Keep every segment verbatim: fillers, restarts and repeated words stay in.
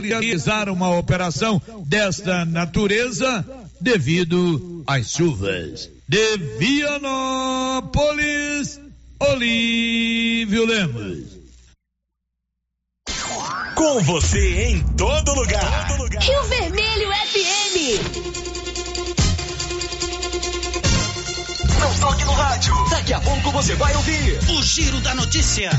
realizar uma operação desta natureza devido às chuvas. De Vianópolis, Olívio Lemos. Com você em todo lugar. Todo lugar. Rio Vermelho F M. Não toque no rádio. Daqui a pouco você vai ouvir o Giro da Notícia.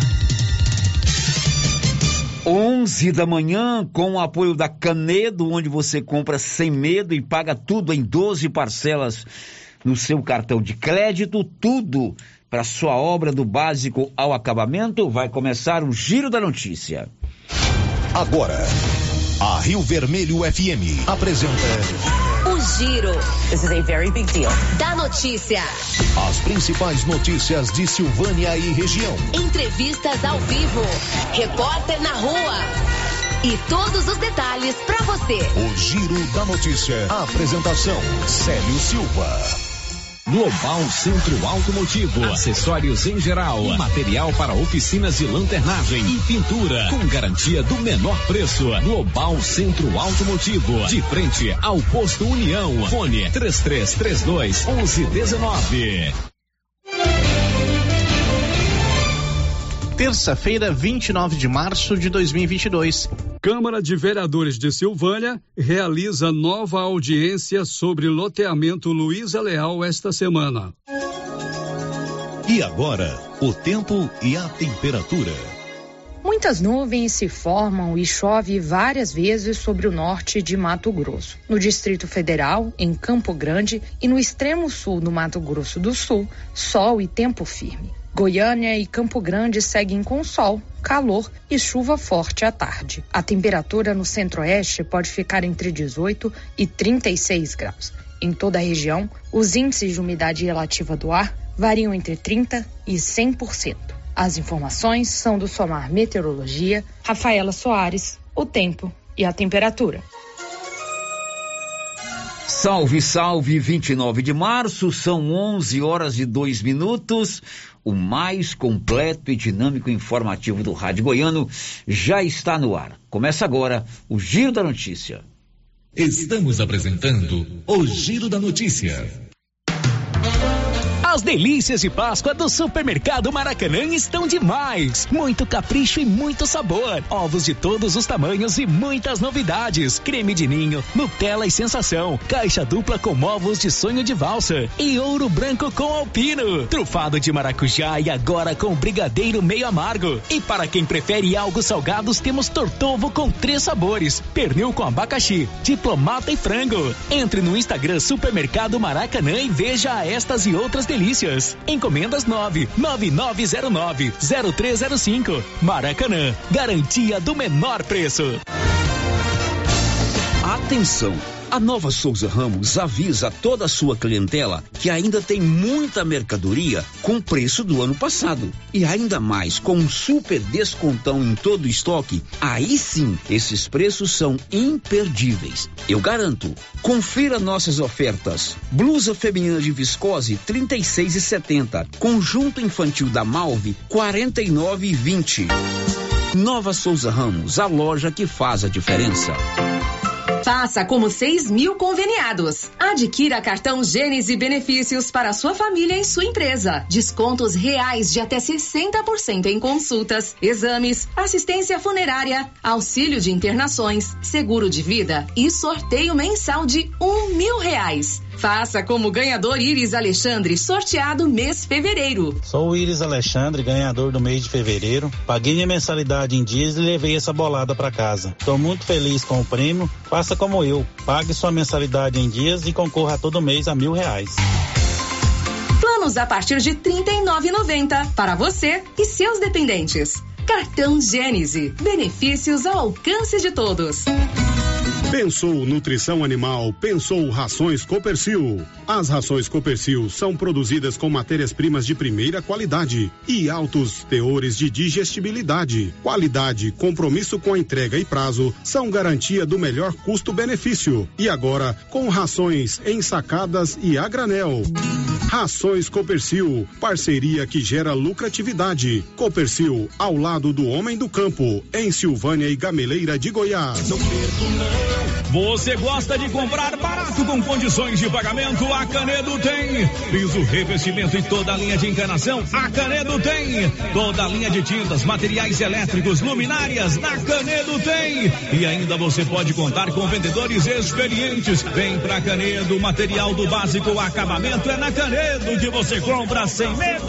onze da manhã, com o apoio da Canedo, onde você compra sem medo e paga tudo em doze parcelas no seu cartão de crédito, tudo para sua obra do básico ao acabamento. Vai começar o Giro da Notícia. Agora, a Rio Vermelho F M apresenta o Giro. This is a very big deal. Da notícia. As principais notícias de Silvânia e região. Entrevistas ao vivo. Repórter na rua. E todos os detalhes para você. O Giro da Notícia. A apresentação: Célio Silva. Global Centro Automotivo, acessórios em geral, material para oficinas de lanternagem e pintura, com garantia do menor preço. Global Centro Automotivo, de frente ao Posto União. Fone três três três dois, um um um nove. Terça-feira, vinte e nove de março de dois mil e vinte e dois. Câmara de Vereadores de Silvânia realiza nova audiência sobre loteamento Luísa Leal esta semana. E agora, o tempo e a temperatura. Muitas nuvens se formam e chove várias vezes sobre o norte de Mato Grosso. No Distrito Federal, em Campo Grande e no extremo sul do Mato Grosso do Sul, sol e tempo firme. Goiânia e Campo Grande seguem com sol, calor e chuva forte à tarde. A temperatura no centro-oeste pode ficar entre dezoito e trinta e seis graus. Em toda a região, os índices de umidade relativa do ar variam entre trinta por cento e cem por cento. As informações são do Somar Meteorologia, Rafaela Soares, o tempo e a temperatura. Salve, salve, vinte e nove de março, são onze horas e dois minutos. O mais completo e dinâmico informativo do Rádio Goiano já está no ar. Começa agora o Giro da Notícia. Estamos apresentando o Giro da Notícia. As delícias de Páscoa do Supermercado Maracanã estão demais. Muito capricho e muito sabor. Ovos de todos os tamanhos e muitas novidades. Creme de ninho, Nutella e sensação. Caixa dupla com ovos de sonho de valsa. E ouro branco com alpino. Trufado de maracujá e agora com brigadeiro meio amargo. E para quem prefere algo salgados, temos tortovo com três sabores. Pernil com abacaxi, diplomata e frango. Entre no Instagram Supermercado Maracanã e veja estas e outras delícias. Encomendas nove nove nove zero nove zero três zero cinco. Maracanã, garantia do menor preço. Atenção! A Nova Souza Ramos avisa toda a sua clientela que ainda tem muita mercadoria com preço do ano passado. E ainda mais, com um super descontão em todo o estoque, aí sim, esses preços são imperdíveis. Eu garanto. Confira nossas ofertas. Blusa feminina de viscose, trinta e seis reais e setenta centavos. Conjunto infantil da Malve, quarenta e nove reais e vinte centavos. Nova Souza Ramos, a loja que faz a diferença. Faça como seis mil conveniados. Adquira cartão Gênese Benefícios para sua família e sua empresa. Descontos reais de até sessenta por cento em consultas, exames, assistência funerária, auxílio de internações, seguro de vida e sorteio mensal de um mil reais. Faça como ganhador Iris Alexandre, sorteado mês fevereiro. Sou o Iris Alexandre, ganhador do mês de fevereiro. Paguei minha mensalidade em dias e levei essa bolada para casa. Estou muito feliz com o prêmio. Faça como eu. Pague sua mensalidade em dias e concorra todo mês a mil reais. Planos a partir de trinta e nove reais e noventa centavos para você e seus dependentes. Cartão Gênese. Benefícios ao alcance de todos. Pensou nutrição animal, pensou rações Copercil. As rações Copercil são produzidas com matérias-primas de primeira qualidade e altos teores de digestibilidade. Qualidade, compromisso com a entrega e prazo são garantia do melhor custo-benefício. E agora, com rações ensacadas e a granel. Rações Copercil, parceria que gera lucratividade. Copercil, ao lado do homem do campo, em Silvânia e Gameleira de Goiás. Não perco, não. Você gosta de comprar barato com condições de pagamento? A Canedo tem. Piso, revestimento e toda a linha de encanação? A Canedo tem. Toda a linha de tintas, materiais elétricos, luminárias? Na Canedo tem. E ainda você pode contar com vendedores experientes. Vem pra Canedo, material do básico, acabamento é na Canedo que você compra sem medo.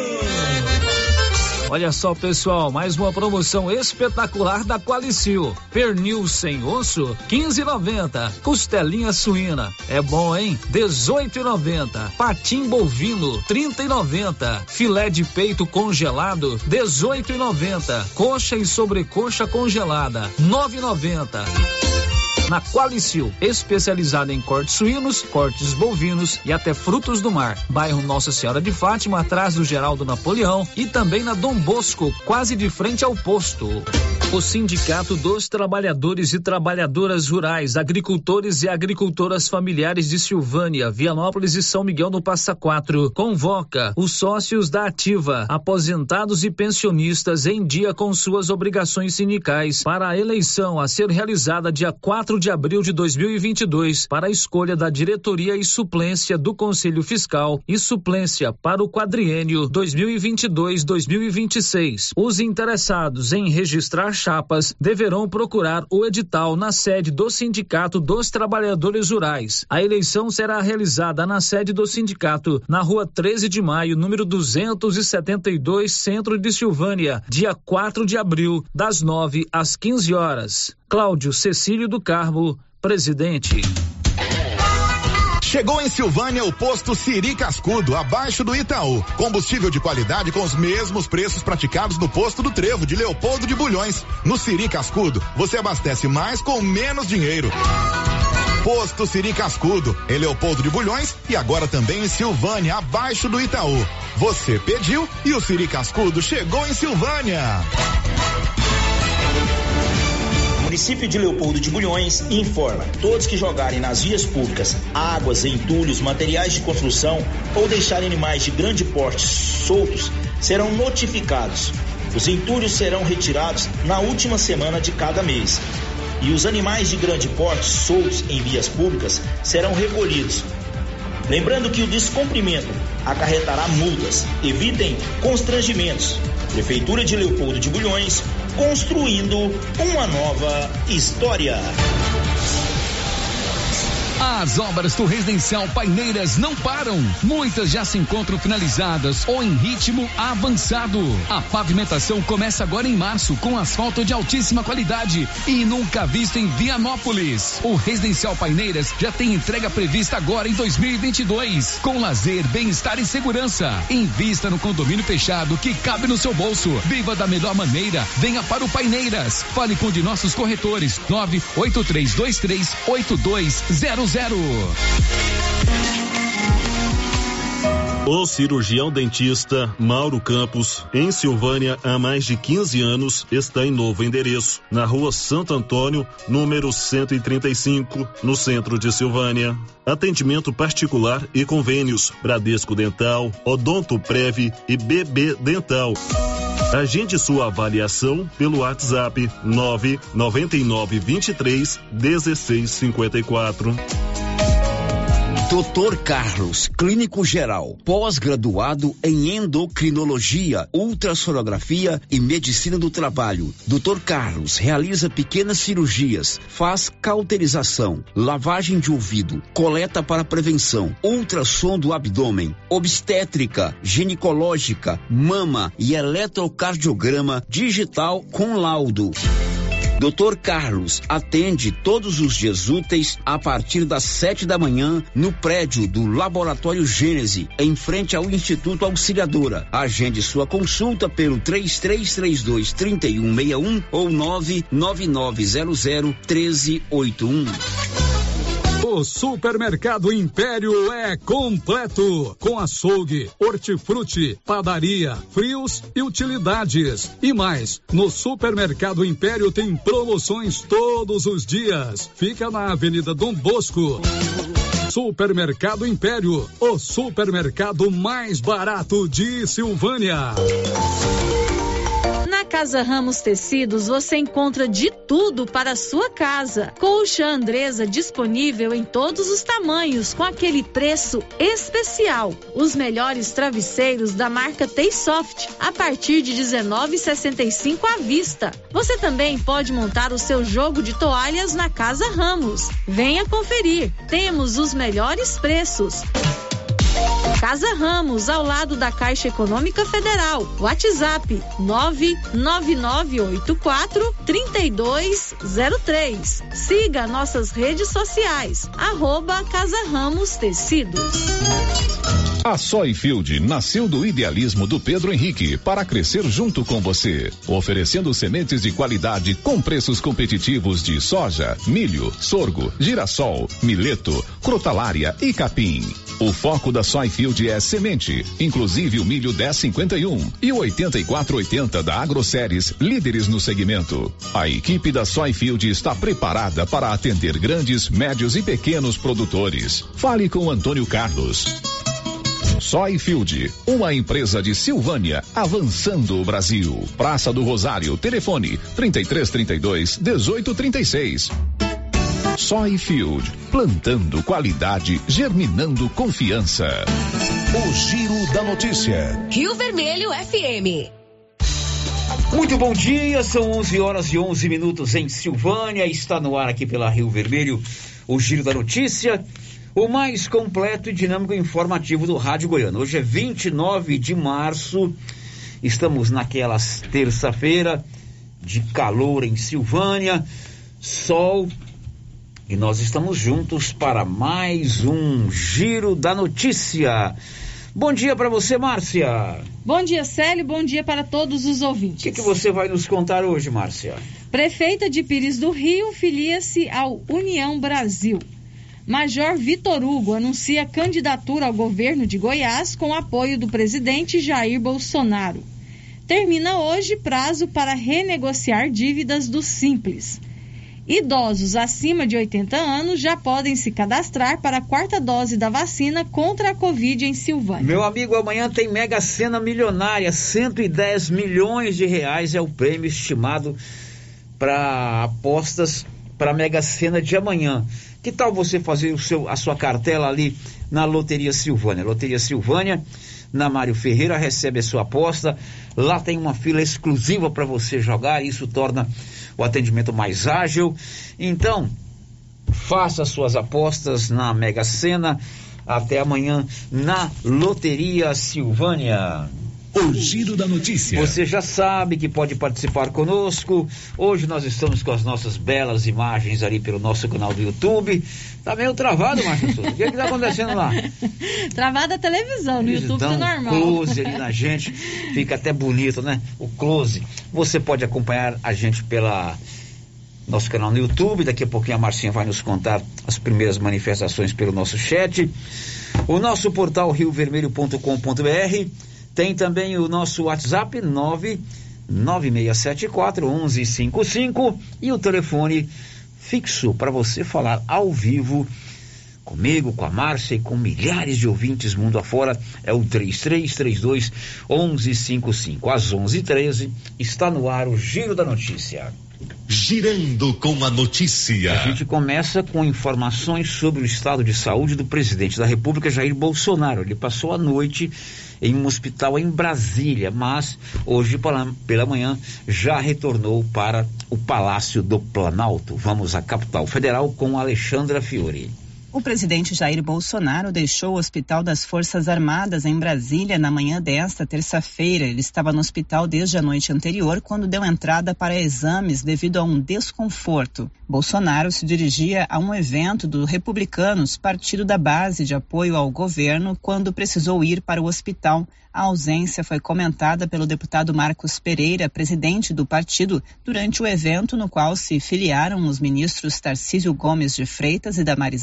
Olha só, pessoal, mais uma promoção espetacular da Qualicil. Pernil sem osso, quinze e noventa. Costelinha suína, é bom, hein? dezoito e noventa. Patim bovino, trinta e noventa. Filé de peito congelado, dezoito e noventa. Coxa e sobrecoxa congelada, nove e noventa. Na Qualicil, especializada em cortes suínos, cortes bovinos e até frutos do mar. Bairro Nossa Senhora de Fátima, atrás do Geraldo Napoleão, e também na Dom Bosco, quase de frente ao posto. O Sindicato dos Trabalhadores e Trabalhadoras Rurais, Agricultores e Agricultoras Familiares de Silvânia, Vianópolis e São Miguel no Passa Quatro convoca os sócios da Ativa, aposentados e pensionistas em dia com suas obrigações sindicais para a eleição a ser realizada dia quatro de abril de dois mil e vinte e dois para a escolha da diretoria e suplência do Conselho Fiscal e suplência para o quadriênio dois mil e vinte e dois a dois mil e vinte e seis. Os interessados em registrar chapas deverão procurar o edital na sede do Sindicato dos Trabalhadores Rurais. A eleição será realizada na sede do sindicato, na rua treze de maio, número duzentos e setenta e dois, centro de Silvânia, dia quatro de abril, das nove às quinze horas. Cláudio Cecílio do Carmo, presidente. Chegou em Silvânia o posto Siri Cascudo, abaixo do Itaú. Combustível de qualidade com os mesmos preços praticados no posto do Trevo, de Leopoldo de Bulhões. No Siri Cascudo, você abastece mais com menos dinheiro. Posto Siri Cascudo, em Leopoldo de Bulhões e agora também em Silvânia, abaixo do Itaú. Você pediu e o Siri Cascudo chegou em Silvânia. O município de Leopoldo de Bulhões informa: todos que jogarem nas vias públicas águas, entulhos, materiais de construção ou deixarem animais de grande porte soltos serão notificados. Os entulhos serão retirados na última semana de cada mês e os animais de grande porte soltos em vias públicas serão recolhidos. Lembrando que o descumprimento acarretará multas. Evitem constrangimentos. Prefeitura de Leopoldo de Bulhões, construindo uma nova história. As obras do Residencial Paineiras não param. Muitas já se encontram finalizadas ou em ritmo avançado. A pavimentação começa agora em março com asfalto de altíssima qualidade e nunca visto em Vianópolis. O Residencial Paineiras já tem entrega prevista agora em dois mil e vinte e dois, com lazer, bem-estar e segurança. Invista no condomínio fechado que cabe no seu bolso. Viva da melhor maneira. Venha para o Paineiras. Fale com um de nossos corretores. nove oito três dois três oito dois zero zero. O cirurgião dentista Mauro Campos, em Silvânia há mais de quinze anos, está em novo endereço, na rua Santo Antônio, número cento e trinta e cinco, no centro de Silvânia. Atendimento particular e convênios, Bradesco Dental, Odonto Prev e B B Dental. Agende sua avaliação pelo WhatsApp nove nove nove, vinte e três, dezesseis cinquenta e quatro. doutor Carlos, clínico geral, pós-graduado em endocrinologia, ultrassonografia e medicina do trabalho. doutor Carlos realiza pequenas cirurgias, faz cauterização, lavagem de ouvido, coleta para prevenção, ultrassom do abdômen, obstétrica, ginecológica, mama e eletrocardiograma digital com laudo. doutor Carlos atende todos os dias úteis a partir das sete da manhã no prédio do Laboratório Gênese, em frente ao Instituto Auxiliadora. Agende sua consulta pelo três três três dois, três um seis um ou nove nove nove zero zero, um três oito um. O Supermercado Império é completo, com açougue, hortifruti, padaria, frios e utilidades. E mais, no Supermercado Império tem promoções todos os dias. Fica na Avenida Dom Bosco. Supermercado Império, o supermercado mais barato de Silvânia. Na Casa Ramos Tecidos você encontra de tudo para a sua casa. Colcha Andresa disponível em todos os tamanhos com aquele preço especial. Os melhores travesseiros da marca Taysoft a partir de dezenove reais e sessenta e cinco centavos à vista. Você também pode montar o seu jogo de toalhas na Casa Ramos. Venha conferir. Temos os melhores preços. Casa Ramos, ao lado da Caixa Econômica Federal. WhatsApp nove nove nove oito quatro, três dois zero três. Siga nossas redes sociais, arroba Casa Ramos Tecidos. A Soyfield nasceu do idealismo do Pedro Henrique para crescer junto com você, oferecendo sementes de qualidade com preços competitivos de soja, milho, sorgo, girassol, mileto, crotalária e capim. O foco da Soyfield é semente, inclusive o milho dez cinquenta e um e o oitenta e quatro oitenta da Agroceres, líderes no segmento. A equipe da Soyfield está preparada para atender grandes, médios e pequenos produtores. Fale com Antônio Carlos. Soyfield, uma empresa de Silvânia, avançando o Brasil. Praça do Rosário, telefone trinta e três, trinta e dois, dezoito, trinta e seis. Soyfield, plantando qualidade, germinando confiança. O Giro da Notícia. Rio Vermelho F M. Muito bom dia, são onze horas e onze minutos em Silvânia, está no ar aqui pela Rio Vermelho, o Giro da Notícia, o mais completo e dinâmico informativo do Rádio Goiano. Hoje é vinte e nove de março, estamos naquela terça-feira de calor em Silvânia, sol, e nós estamos juntos para mais um Giro da Notícia. Bom dia para você, Márcia. Bom dia, Célio, bom dia para todos os ouvintes. O que, que você vai nos contar hoje, Márcia? Prefeita de Pires do Rio filia-se ao União Brasil. Major Vitor Hugo anuncia candidatura ao governo de Goiás com apoio do presidente Jair Bolsonaro. Termina hoje prazo para renegociar dívidas do Simples. Idosos acima de oitenta anos já podem se cadastrar para a quarta dose da vacina contra a Covid em Silvânia. Meu amigo, amanhã tem Mega Sena milionária, cento e dez milhões de reais é o prêmio estimado para apostas para a Mega Sena de amanhã. Que tal você fazer o seu, a sua cartela ali na Loteria Silvânia? Loteria Silvânia, na Mário Ferreira, recebe a sua aposta. Lá tem uma fila exclusiva para você jogar, isso torna o atendimento mais ágil. Então, faça suas apostas na Mega Sena. Até amanhã na Loteria Silvânia. O Giro da Notícia. Você já sabe que pode participar conosco. Hoje nós estamos com as nossas belas imagens ali pelo nosso canal do YouTube. Tá meio travado, Márcia Souza. O que é que tá acontecendo lá? Travada a televisão, no YouTube tá normal. Close ali na gente, fica até bonito, né? O close. Você pode acompanhar a gente pela nosso canal no YouTube. Daqui a pouquinho a Marcinha vai nos contar as primeiras manifestações pelo nosso chat. O nosso portal rio vermelho ponto com ponto b r. Tem também o nosso WhatsApp nove nove seis sete quatro um um cinco cinco e o telefone fixo para você falar ao vivo comigo, com a Márcia e com milhares de ouvintes mundo afora, é o três três três dois um um cinco cinco. Às onze e treze está no ar o Giro da Notícia. Girando com a notícia. A gente começa com informações sobre o estado de saúde do presidente da República, Jair Bolsonaro. Ele passou a noite em um hospital em Brasília, mas hoje pela manhã já retornou para o Palácio do Planalto. Vamos à capital federal com Alexandra Fiore. O presidente Jair Bolsonaro deixou o Hospital das Forças Armadas em Brasília na manhã desta terça-feira. Ele estava no hospital desde a noite anterior, quando deu entrada para exames devido a um desconforto. Bolsonaro se dirigia a um evento do Republicanos, partido da base de apoio ao governo, quando precisou ir para o hospital. A ausência foi comentada pelo deputado Marcos Pereira, presidente do partido, durante o evento no qual se filiaram os ministros Tarcísio Gomes de Freitas e Damares Alves.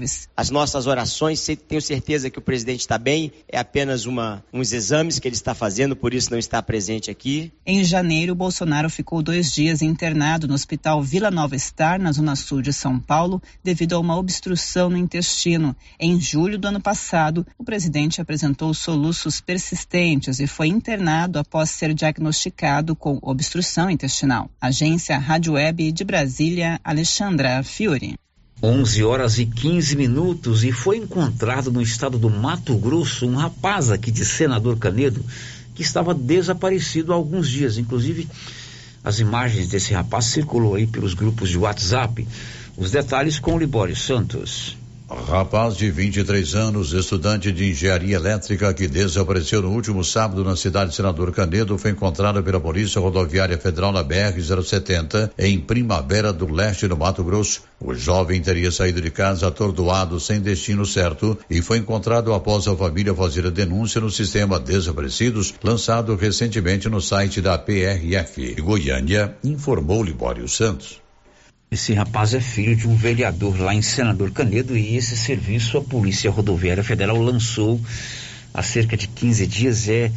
Simples. As nossas orações, tenho certeza que o presidente está bem, é apenas uma, uns exames que ele está fazendo, por isso não está presente aqui. Em janeiro, Bolsonaro ficou dois dias internado no Hospital Vila Nova Star, na zona sul de São Paulo, devido a uma obstrução no intestino. Em julho do ano passado, o presidente apresentou soluços persistentes e foi internado após ser diagnosticado com obstrução intestinal. Agência Rádio Web de Brasília, Alexandra Fiore. onze horas e quinze minutos e foi encontrado no estado do Mato Grosso um rapaz aqui de Senador Canedo que estava desaparecido há alguns dias. Inclusive, as imagens desse rapaz circulou aí pelos grupos de WhatsApp. Os detalhes com o Libório Santos. Rapaz de vinte e três anos, estudante de engenharia elétrica que desapareceu no último sábado na cidade de Senador Canedo, foi encontrado pela Polícia Rodoviária Federal na B R zero setenta, em Primavera do Leste, no Mato Grosso. O jovem teria saído de casa atordoado, sem destino certo, e foi encontrado após a família fazer a denúncia no sistema Desaparecidos, lançado recentemente no site da P R F. De Goiânia, informou Libório Santos. Esse rapaz é filho de um vereador lá em Senador Canedo e esse serviço a Polícia Rodoviária Federal lançou há cerca de quinze dias. É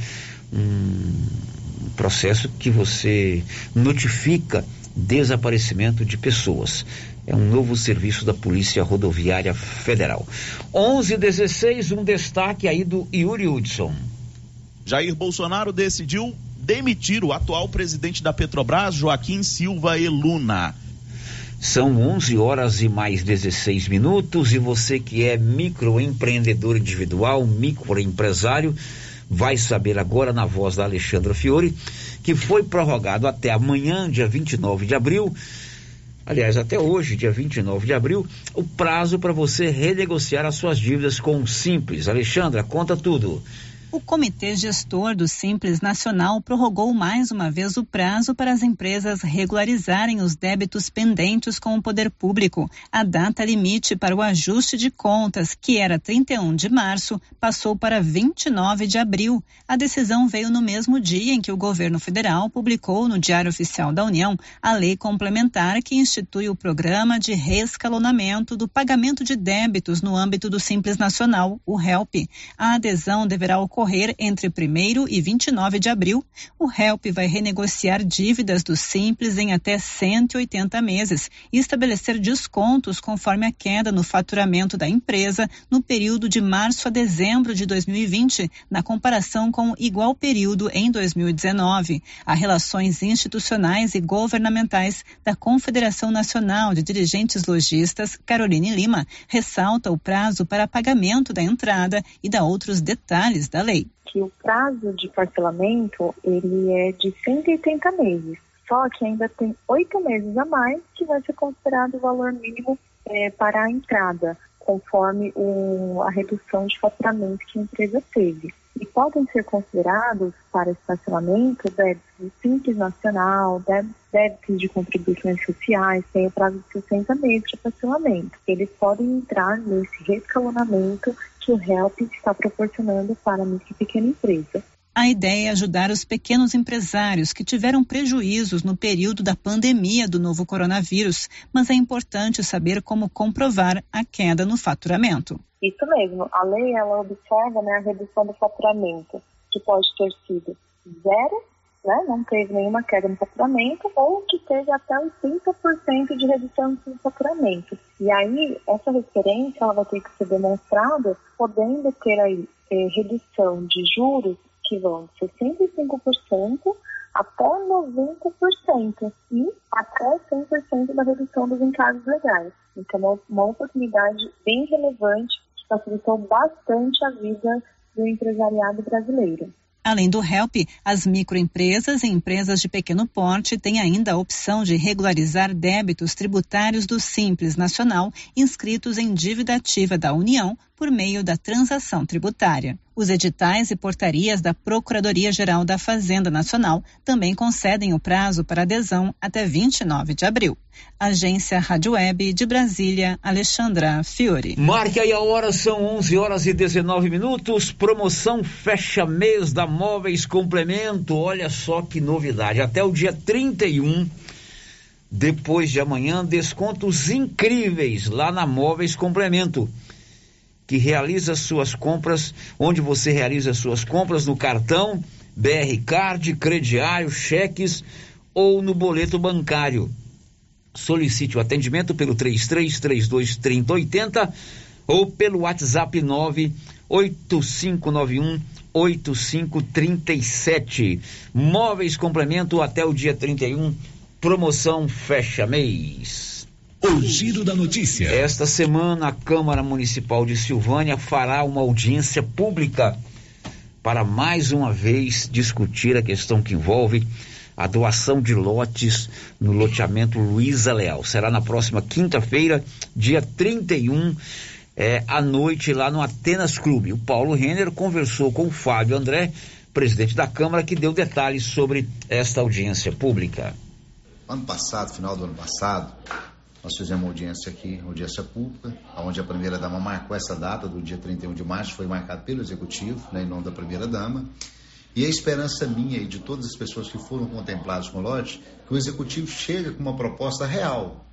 um processo que você notifica desaparecimento de pessoas. É um novo serviço da Polícia Rodoviária Federal. onze e dezesseis, um destaque aí do Yuri Hudson. Jair Bolsonaro decidiu demitir o atual presidente da Petrobras, Joaquim Silva e Luna. São onze horas e mais dezesseis minutos e você que é microempreendedor individual, microempresário, vai saber agora na voz da Alexandra Fiore que foi prorrogado até amanhã, dia vinte e nove de abril, aliás, até hoje, dia vinte e nove de abril, o prazo para você renegociar as suas dívidas com o Simples. Alexandra, conta tudo. O Comitê Gestor do Simples Nacional prorrogou mais uma vez o prazo para as empresas regularizarem os débitos pendentes com o poder público. A data limite para o ajuste de contas, que era trinta e um de março, passou para vinte e nove de abril. A decisão veio no mesmo dia em que o governo federal publicou no Diário Oficial da União a lei complementar que institui o programa de reescalonamento do pagamento de débitos no âmbito do Simples Nacional, o HELP. A adesão deverá ocorrer entre primeiro e vinte e nove de abril. O HELP vai renegociar dívidas do Simples em até cento e oitenta meses e estabelecer descontos conforme a queda no faturamento da empresa no período de março a dezembro de dois mil e vinte, na comparação com o igual período em dois mil e dezenove. As relações institucionais e governamentais da Confederação Nacional de Dirigentes Lojistas, Caroline Lima, ressalta o prazo para pagamento da entrada e dá outros detalhes da lei. Que o prazo de parcelamento ele é de cento e oitenta meses, só que ainda tem oito meses a mais que vai ser considerado o valor mínimo é, para a entrada, conforme o, a redução de faturamento que a empresa teve. E podem ser considerados para esse parcelamento débitos do Simples Nacional, débitos de contribuições sociais, tem o prazo de sessenta meses de parcelamento. Eles podem entrar nesse reescalonamento que o HELP está proporcionando para a micro e pequena empresa. A ideia é ajudar os pequenos empresários que tiveram prejuízos no período da pandemia do novo coronavírus, mas é importante saber como comprovar a queda no faturamento. Isso mesmo, a lei ela observa, né, a redução do faturamento, que pode ter sido zero, né, não teve nenhuma queda no faturamento, ou que teve até oitenta por cento de redução no faturamento. E aí, essa referência ela vai ter que ser demonstrada, podendo ter aí eh, redução de juros que vão de sessenta e cinco por cento até noventa por cento e até cem por cento da redução dos encargos legais. Então, é uma oportunidade bem relevante que facilitou bastante a vida do empresariado brasileiro. Além do HELP, as microempresas e empresas de pequeno porte têm ainda a opção de regularizar débitos tributários do Simples Nacional inscritos em dívida ativa da União por meio da transação tributária. Os editais e portarias da Procuradoria-Geral da Fazenda Nacional também concedem o prazo para adesão até vinte e nove de abril. Agência Rádio Web de Brasília, Alexandra Fiore. Marque aí a hora, são onze horas e dezenove minutos. Promoção fecha mês da Móveis Complemento. Olha só que novidade. Até o dia trinta e um, depois de amanhã, descontos incríveis lá na Móveis Complemento. que realiza suas compras, onde você realiza suas compras no cartão, B R Card, crediário, cheques ou no boleto bancário. Solicite o atendimento pelo três três três dois, três zero oito zero ou pelo WhatsApp nove oito cinco nove um oito cinco três sete. Móveis Complemento até o dia trinta e um, promoção fecha mês. O giro da notícia. Esta semana a Câmara Municipal de Silvânia fará uma audiência pública para mais uma vez discutir a questão que envolve a doação de lotes no loteamento Luiza Leal. Será na próxima quinta-feira, dia trinta e um, é, à noite, lá no Atenas Clube. O Paulo Renner conversou com o Fábio André, presidente da Câmara, que deu detalhes sobre esta audiência pública. Ano passado, final do ano passado, nós fizemos uma audiência aqui, uma audiência pública, onde a primeira-dama marcou essa data do dia trinta e um de março, foi marcado pelo Executivo, né, em nome da primeira-dama. E a esperança minha e de todas as pessoas que foram contempladas com o lote, que o Executivo chegue com uma proposta real,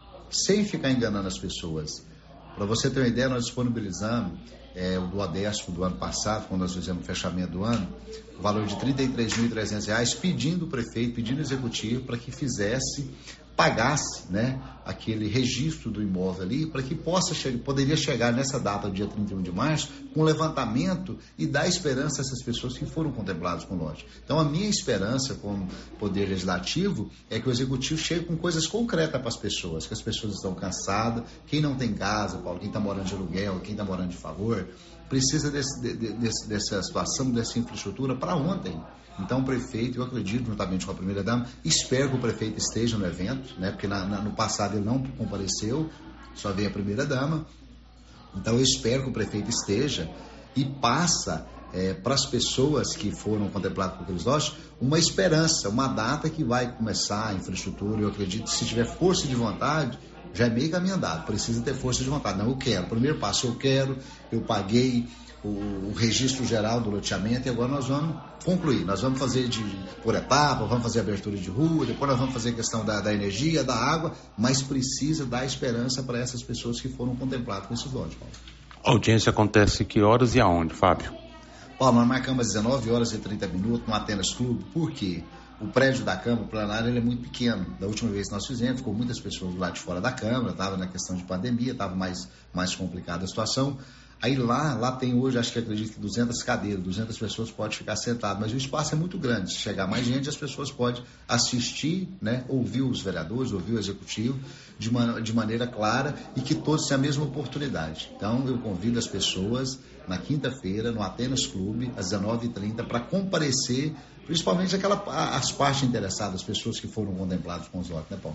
sem ficar enganando as pessoas. Para você ter uma ideia, nós disponibilizamos é, o do Adesco do ano passado, quando nós fizemos o fechamento do ano, o valor de trinta e três mil e trezentos reais, pedindo o prefeito, pedindo o Executivo para que fizesse, pagasse, né, aquele registro do imóvel ali, para que possa che- poderia chegar nessa data, dia trinta e um de março, com levantamento e dar esperança a essas pessoas que foram contempladas com o lote. Então, a minha esperança como Poder Legislativo é que o Executivo chegue com coisas concretas para as pessoas, que as pessoas estão cansadas, quem não tem casa, Paulo, quem está morando de aluguel, quem está morando de favor, precisa desse, de, desse, dessa situação, dessa infraestrutura para ontem. Então, o prefeito, eu acredito, juntamente com a primeira-dama, espero que o prefeito esteja no evento, né? Porque na, na, no passado ele não compareceu, só veio a primeira-dama. Então, eu espero que o prefeito esteja e passa é, para as pessoas que foram contempladas por aqueles lotes uma esperança, uma data que vai começar a infraestrutura. Eu acredito que se tiver força de vontade, já é meio caminho andado, precisa ter força de vontade. Não, eu quero. Primeiro passo, eu quero, eu paguei o, o registro geral do loteamento e agora nós vamos concluir. Nós vamos fazer de, por etapa, vamos fazer abertura de rua, depois nós vamos fazer a questão da, da energia, da água, mas precisa dar esperança para essas pessoas que foram contempladas com esses lotes, Paulo. A audiência acontece que horas e aonde, Fábio? Paulo, nós marcamos às dezenove horas e trinta minutos no Atenas Clube, por quê? O prédio da Câmara, o plenário, ele é muito pequeno. Da última vez que nós fizemos, ficou muitas pessoas do lado de fora da Câmara, estava na questão de pandemia, estava mais, mais complicada a situação. Aí lá, lá tem hoje, acho que acredito que duzentas cadeiras, duzentas pessoas podem ficar sentadas, mas o espaço é muito grande. Se chegar mais gente, as pessoas podem assistir, né, ouvir os vereadores, ouvir o executivo de, uma, de maneira clara e que todos tenham a mesma oportunidade. Então, eu convido as pessoas na quinta-feira, no Atenas Clube, às dezenove e trinta, para comparecer, principalmente aquela, as partes interessadas, as pessoas que foram contempladas com os lotes, né, Paulo?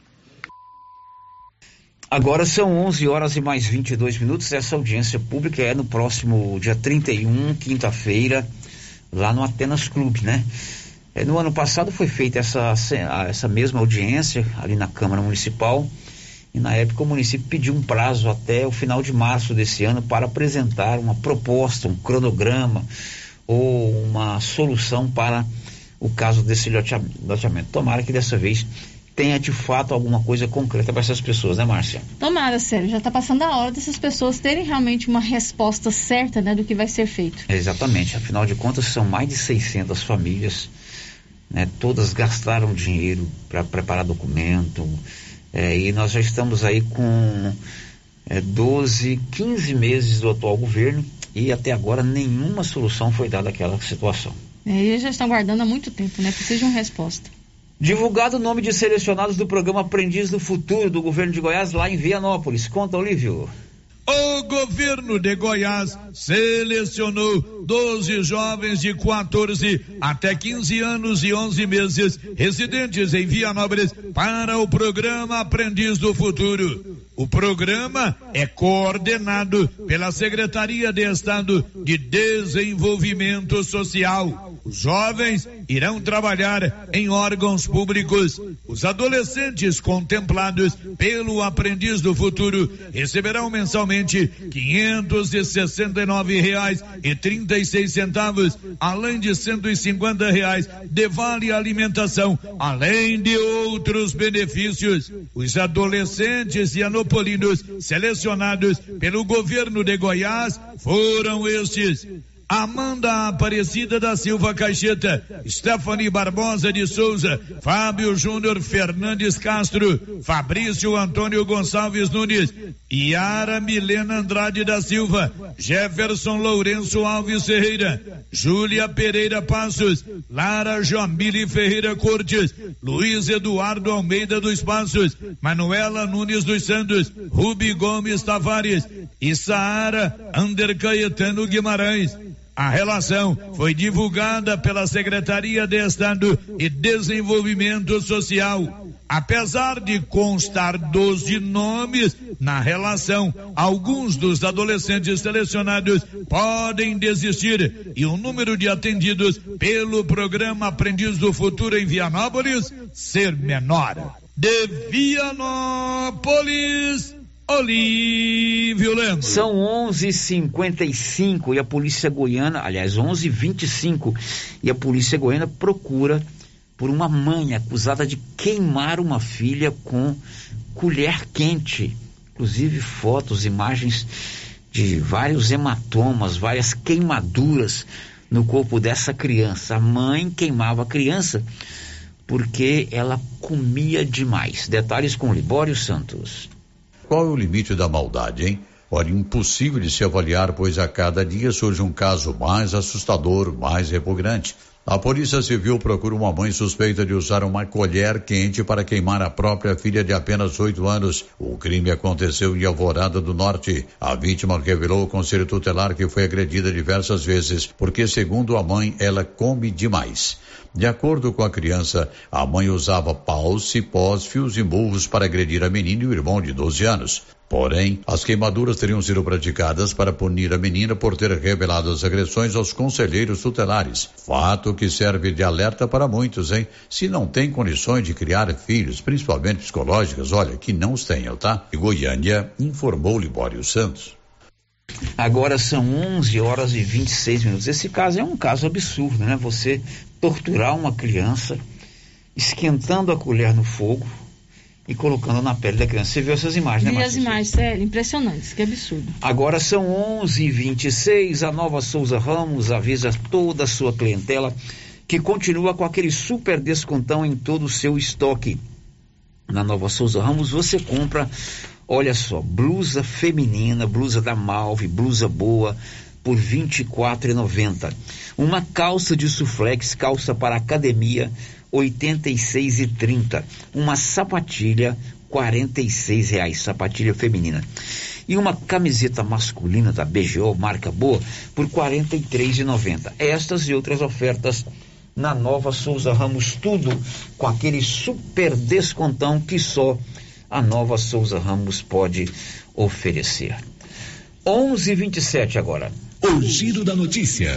Agora são onze horas e mais vinte e dois minutos. Essa audiência pública é no próximo dia trinta e um, quinta-feira, lá no Atenas Clube, né? É, no ano passado foi feita essa, essa mesma audiência ali na Câmara Municipal e na época o município pediu um prazo até o final de março desse ano para apresentar uma proposta, um cronograma ou uma solução para o caso desse loteamento. Tomara que dessa vez tenha de fato alguma coisa concreta para essas pessoas, né, Márcia? Tomara, sério, já está passando a hora dessas pessoas terem realmente uma resposta certa, né, do que vai ser feito. Exatamente, afinal de contas são mais de seiscentas famílias, né, todas gastaram dinheiro para preparar documento, é, e nós já estamos aí com é, doze, quinze meses do atual governo e até agora nenhuma solução foi dada àquela situação. É, eles já estão guardando há muito tempo, né, precisa de uma resposta. Divulgado o nome de selecionados do programa Aprendiz do Futuro do governo de Goiás lá em Vianópolis. Conta, Olívio. O governo de Goiás selecionou doze jovens de quatorze até quinze anos e onze meses, residentes em Vianópolis, para o programa Aprendiz do Futuro. O programa é coordenado pela Secretaria de Estado de Desenvolvimento Social. Os jovens irão trabalhar em órgãos públicos. Os adolescentes contemplados pelo Aprendiz do Futuro receberão mensalmente quinhentos e sessenta e nove reais e trinta e seis centavos, além de cento e cinquenta reais de vale alimentação, além de outros benefícios. Os adolescentes ianopolinos selecionados pelo governo de Goiás foram estes: Amanda Aparecida da Silva Caixeta, Stephanie Barbosa de Souza, Fábio Júnior Fernandes Castro, Fabrício Antônio Gonçalves Nunes, Yara Milena Andrade da Silva, Jefferson Lourenço Alves Ferreira, Júlia Pereira Passos, Lara Jamile Ferreira Cortes, Luiz Eduardo Almeida dos Passos, Manuela Nunes dos Santos, Rubi Gomes Tavares e Saara Ander Caetano Guimarães. A relação foi divulgada pela Secretaria de Estado e Desenvolvimento Social. Apesar de constar doze nomes na relação, alguns dos adolescentes selecionados podem desistir e o número de atendidos pelo programa Aprendiz do Futuro em Vianópolis ser menor. De Vianópolis, Olívio Lemos. São onze e cinquenta e cinco e a polícia goiana, aliás, onze e vinte e cinco, e a polícia goiana procura por uma mãe acusada de queimar uma filha com colher quente. Inclusive fotos, imagens de vários hematomas, várias queimaduras no corpo dessa criança. A mãe queimava a criança porque ela comia demais. Detalhes com Libório Santos. Qual é o limite da maldade, hein? Olha, impossível de se avaliar, pois a cada dia surge um caso mais assustador, mais repugnante. A Polícia Civil procura uma mãe suspeita de usar uma colher quente para queimar a própria filha de apenas oito anos. O crime aconteceu em Alvorada do Norte. A vítima revelou ao Conselho Tutelar que foi agredida diversas vezes, porque, segundo a mãe, ela come demais. De acordo com a criança, a mãe usava paus, cipós, fios e murros para agredir a menina e o irmão de doze anos. Porém, as queimaduras teriam sido praticadas para punir a menina por ter revelado as agressões aos conselheiros tutelares. Fato que serve de alerta para muitos, hein? Se não tem condições de criar filhos, principalmente psicológicas, olha, que não os tenham, tá? E Goiânia, informou Libório Santos. Agora são onze horas e vinte e seis minutos. Esse caso é um caso absurdo, né? Você torturar uma criança, esquentando a colher no fogo e colocando na pele da criança. Você viu essas imagens, né, Vi Marcia? as imagens, sério, impressionantes, que absurdo. Agora são onze e vinte e seis, a Nova Souza Ramos avisa toda a sua clientela que continua com aquele super descontão em todo o seu estoque. Na Nova Souza Ramos você compra, olha só, blusa feminina, blusa da Malve, blusa boa, por vinte e quatro reais e noventa centavos. Uma calça de suflex, calça para academia, oitenta e seis reais e trinta centavos. Uma sapatilha, quarenta e seis reais, sapatilha feminina. E uma camiseta masculina da B G O, marca boa, por quarenta e três reais e noventa centavos. Estas e outras ofertas na Nova Souza Ramos, tudo com aquele super descontão que só a Nova Souza Ramos pode oferecer. onze e vinte e sete agora. O Giro da Notícia.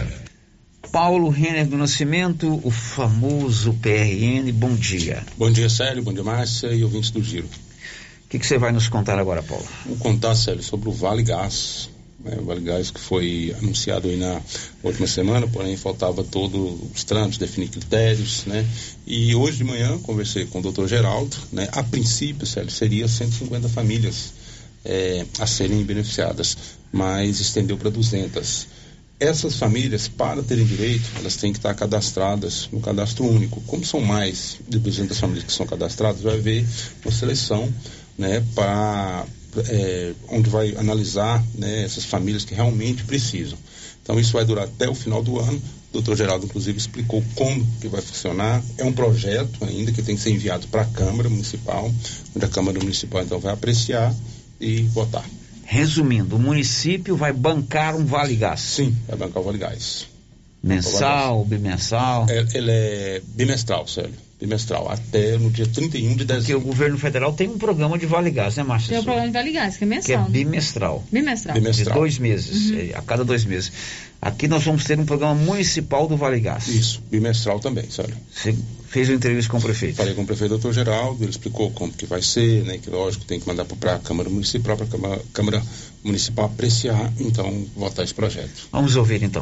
Paulo Renner do Nascimento, o famoso P R N, bom dia. Bom dia, Célio, bom dia, Márcia e ouvintes do Giro. O que, que você vai nos contar agora, Paulo? Vou contar, Célio, sobre o Vale Gás. Né, o Vale Gás que foi anunciado aí na última semana, porém faltava todos os trâmites, definir critérios, né? E hoje de manhã conversei com o doutor Geraldo, né? A princípio, Célio, seria cento e cinquenta famílias é, a serem beneficiadas, mas estendeu para duzentas. Essas famílias, para terem direito, elas têm que estar cadastradas no cadastro único. Como são mais de duzentas famílias que são cadastradas, vai haver uma seleção, né, para é, onde vai analisar, né, essas famílias que realmente precisam. Então isso vai durar até o final do ano. O doutor Geraldo, inclusive, explicou como que vai funcionar. É um projeto ainda que tem que ser enviado para a Câmara Municipal, onde a Câmara Municipal então vai apreciar e votar. Resumindo, o município vai bancar um Vale Gás. Sim, vai bancar o Vale Gás. Mensal, bimensal? É, ele é bimestral, Célio. bimestral, até no dia trinta e um de dezembro. Porque o governo federal tem um programa de Vale Gás, né, Márcia? Tem o programa de Vale Gás, que é mensal. Que é bimestral. Né? Bimestral. Bimestral. De dois meses, uhum. a cada dois meses. Aqui nós vamos ter um programa municipal do Vale Gás. Isso, bimestral também, sabe? Você fez uma entrevista com o prefeito? Falei com o prefeito doutor Geraldo, ele explicou como que vai ser, né? Que lógico tem que mandar para a Câmara Municipal, para a Câmara, Câmara Municipal apreciar, então, votar esse projeto. Vamos ouvir então.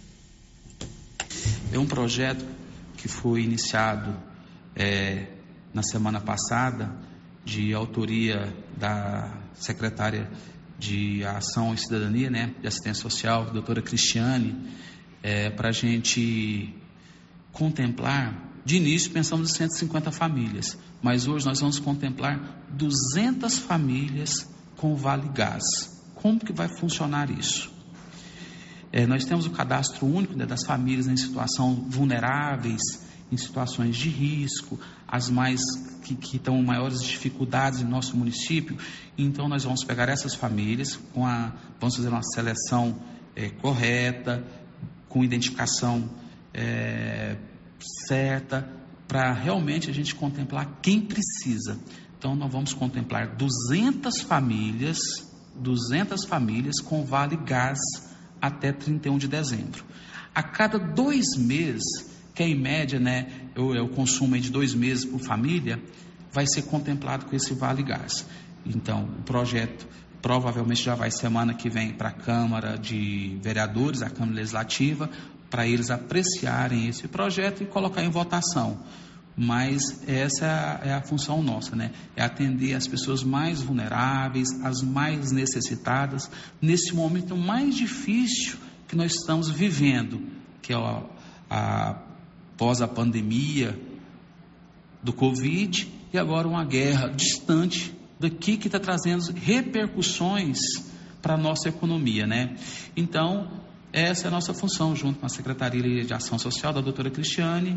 É um projeto que foi iniciado É, na semana passada, de autoria da secretária de Ação e Cidadania, né, de Assistência Social, doutora Cristiane, é, para a gente contemplar, de início pensamos em cento e cinquenta famílias, mas hoje nós vamos contemplar duzentas famílias com Vale Gás. Como que vai funcionar isso? É, nós temos o cadastro único, né, das famílias em situação vulneráveis, em situações de risco, as mais que, que estão maiores dificuldades em nosso município. Então nós vamos pegar essas famílias, com a, vamos fazer uma seleção é, correta, com identificação é, certa, para realmente a gente contemplar quem precisa. Então nós vamos contemplar duzentas famílias, duzentas famílias com Vale Gás até trinta e um de dezembro. A cada dois meses, que é em média, né, eu, eu consumo de dois meses por família, vai ser contemplado com esse Vale Gás. Então, o projeto provavelmente já vai semana que vem para a Câmara de Vereadores, a Câmara Legislativa, para eles apreciarem esse projeto e colocar em votação. Mas essa é a, é a função nossa, né? É atender as pessoas mais vulneráveis, as mais necessitadas, nesse momento mais difícil que nós estamos vivendo, que é a, a após a pandemia do Covid e agora uma guerra distante daqui que está trazendo repercussões para a nossa economia, né? Então, essa é a nossa função, junto com a Secretaria de Ação Social da doutora Cristiane,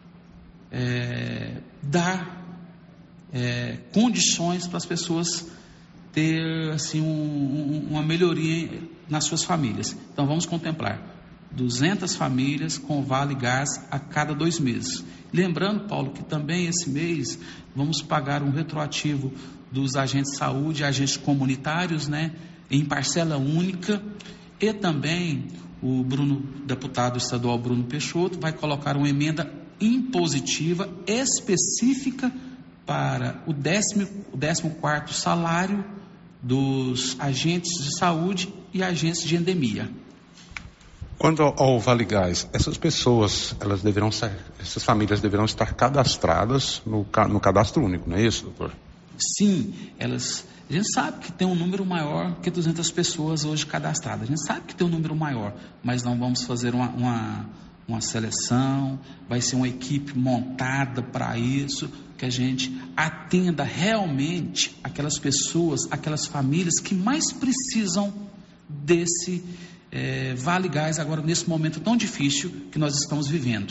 é, dar é, condições para as pessoas ter assim, um, um, uma melhoria nas suas famílias. Então, vamos contemplar duzentas famílias com Vale Gás a cada dois meses. Lembrando, Paulo, que também esse mês vamos pagar um retroativo dos agentes de saúde, agentes comunitários, né, em parcela única, e também o Bruno, deputado estadual Bruno Peixoto, vai colocar uma emenda impositiva específica para o décimo, o décimo quarto salário dos agentes de saúde e agentes de endemia. Quanto ao, ao Vale Gás, essas pessoas, elas deverão ser, essas famílias deverão estar cadastradas no, no cadastro único, não é isso, doutor? Sim, elas, a gente sabe que tem um número maior que duzentas pessoas hoje cadastradas, a gente sabe que tem um número maior, mas não vamos fazer uma, uma, uma seleção, vai ser uma equipe montada para isso, que a gente atenda realmente aquelas pessoas, aquelas famílias que mais precisam desse É, Vale Gás agora nesse momento tão difícil que nós estamos vivendo.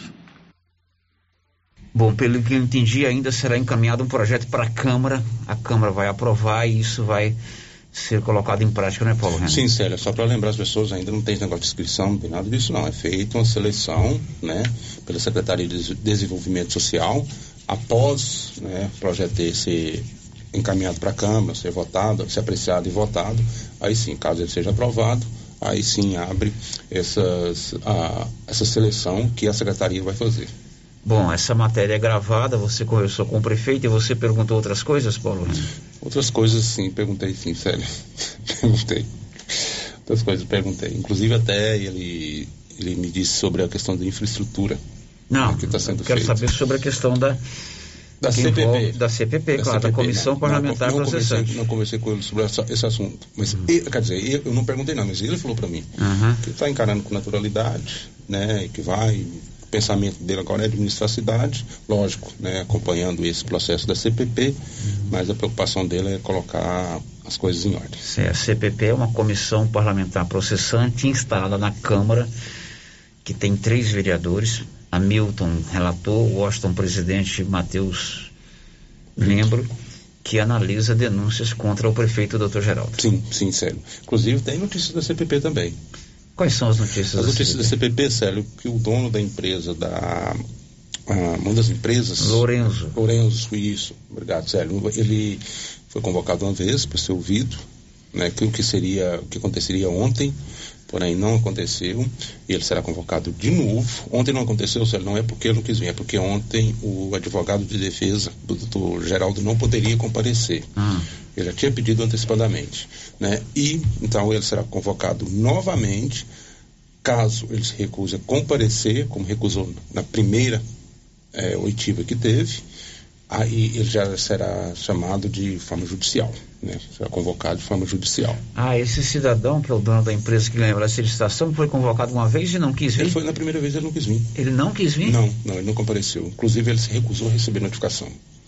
Bom, pelo que eu entendi, ainda será encaminhado um projeto para a Câmara, a Câmara vai aprovar e isso vai ser colocado em prática, né, Paulo? Sim, Célia, só para lembrar as pessoas, ainda não tem negócio de inscrição, não tem nada disso não, é feita uma seleção, né, pela Secretaria de Desenvolvimento Social, após, né, o projeto ter ser encaminhado para a Câmara, ser votado, ser apreciado e votado, aí sim, caso ele seja aprovado, aí sim abre essas, a, essa seleção que a Secretaria vai fazer. Bom, essa matéria é gravada, você conversou com o prefeito e você perguntou outras coisas, Paulo? Outras coisas sim, perguntei sim, sério. perguntei. Outras coisas perguntei. Inclusive até ele, ele me disse sobre a questão da infraestrutura. Não, que tá sendo eu quero feita. saber sobre a questão da... Da C P P. Envolve, da C P P, da claro, C P P, da Comissão não, Parlamentar não, não Processante. Conversei, não conversei com ele sobre essa, esse assunto. Mas, uhum. ele, quer dizer, eu não perguntei não, mas ele falou para mim uhum. que está encarando com naturalidade, né, que vai, o pensamento dele agora é administrar a cidade, lógico, né, acompanhando esse processo da C P P, uhum. mas a preocupação dele é colocar as coisas em ordem. Sim, a C P P é uma Comissão Parlamentar Processante instalada na Câmara, que tem três vereadores, Hamilton, relator, Washington, presidente, Matheus, membro, que analisa denúncias contra o prefeito doutor Geraldo. Sim, sim, Célio. Inclusive tem notícias da C P P também. Quais são as notícias? As notícias da C P P, Célio, que o dono da empresa da ah, uma das empresas. Lourenço. Lourenço, isso. Obrigado, Célio. Ele foi convocado uma vez para ser ouvido, né? Que o que seria, o que aconteceria ontem, porém não aconteceu, e ele será convocado de novo. Ontem não aconteceu, Célio, não é porque ele não quis vir, é porque ontem o advogado de defesa do doutor Geraldo não poderia comparecer. Ah. Ele já tinha pedido antecipadamente, né? E então ele será convocado novamente, caso ele se recuse a comparecer, como recusou na primeira é, oitiva que teve, aí ele já será chamado de forma judicial, né? Será convocado de forma judicial. Ah, esse cidadão que é o dono da empresa que lembra essa licitação foi convocado uma vez e não quis vir? Ele foi na primeira vez, ele não quis vir. Ele não quis vir? Não, não, ele não compareceu. Inclusive ele se recusou a receber notificação.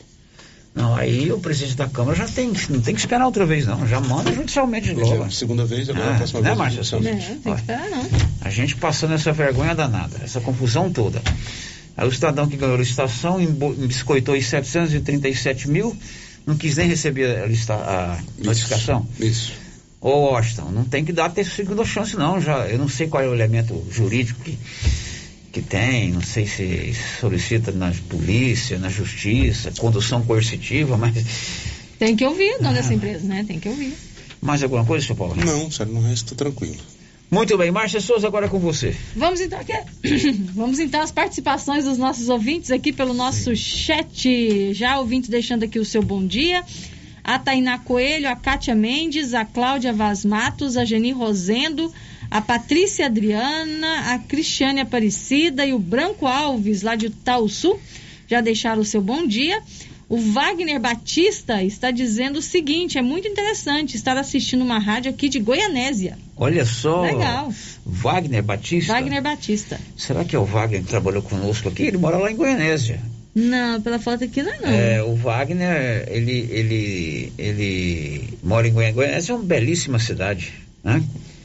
Não, aí o presidente da Câmara já tem, não tem que esperar outra vez não, já manda judicialmente de logo. Segunda vez, agora ah, a próxima né, vez. Márcia? Não, não tem que esperar não. A gente passando essa vergonha danada, essa confusão toda. Aí o cidadão que ganhou a licitação biscoitou os setecentos e trinta e sete mil, não quis nem receber a, lista, a isso, notificação. Isso. Ô, Washington, não tem que dar ter segunda chance não, já, eu não sei qual é o elemento jurídico que, que tem, não sei se solicita na polícia, na justiça, condução coercitiva, mas... Tem que ouvir o dono ah, dessa empresa, né? Tem que ouvir. Mais alguma coisa, seu Paulo? Não, sério, não resta tranquilo. Muito bem, Márcia Souza, agora é com você. Vamos então aqui, vamos então às participações dos nossos ouvintes aqui pelo nosso Sim. chat. Já ouvintes deixando aqui o seu bom dia. A Tainá Coelho, a Kátia Mendes, a Cláudia Vaz Matos, a Geni Rosendo, a Patrícia Adriana, a Cristiane Aparecida e o Branco Alves, lá de Itaúsu, já deixaram o seu bom dia. O Wagner Batista está dizendo o seguinte: é muito interessante estar assistindo uma rádio aqui de Goianésia. Olha só. Legal. Wagner Batista? Wagner Batista. Será que é o Wagner que trabalhou conosco aqui? Ele mora lá em Goianésia. Não, pela foto aqui não é não. É, o Wagner, ele, ele, ele mora em Goianésia. Goianésia é uma belíssima cidade, né?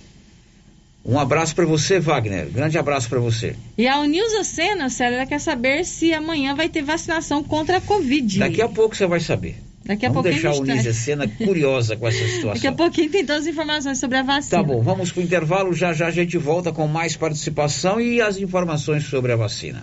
Um abraço para você, Wagner. Grande abraço para você. E a Nilza Sena, Célia, ela quer saber se amanhã vai ter vacinação contra a Covid. Daqui a pouco você vai saber. Daqui a vamos pouquinho deixar a Nilza Sena curiosa com essa situação. Daqui a pouquinho tem todas as informações sobre a vacina. Tá bom, vamos pro intervalo. Já já a gente volta com mais participação e as informações sobre a vacina.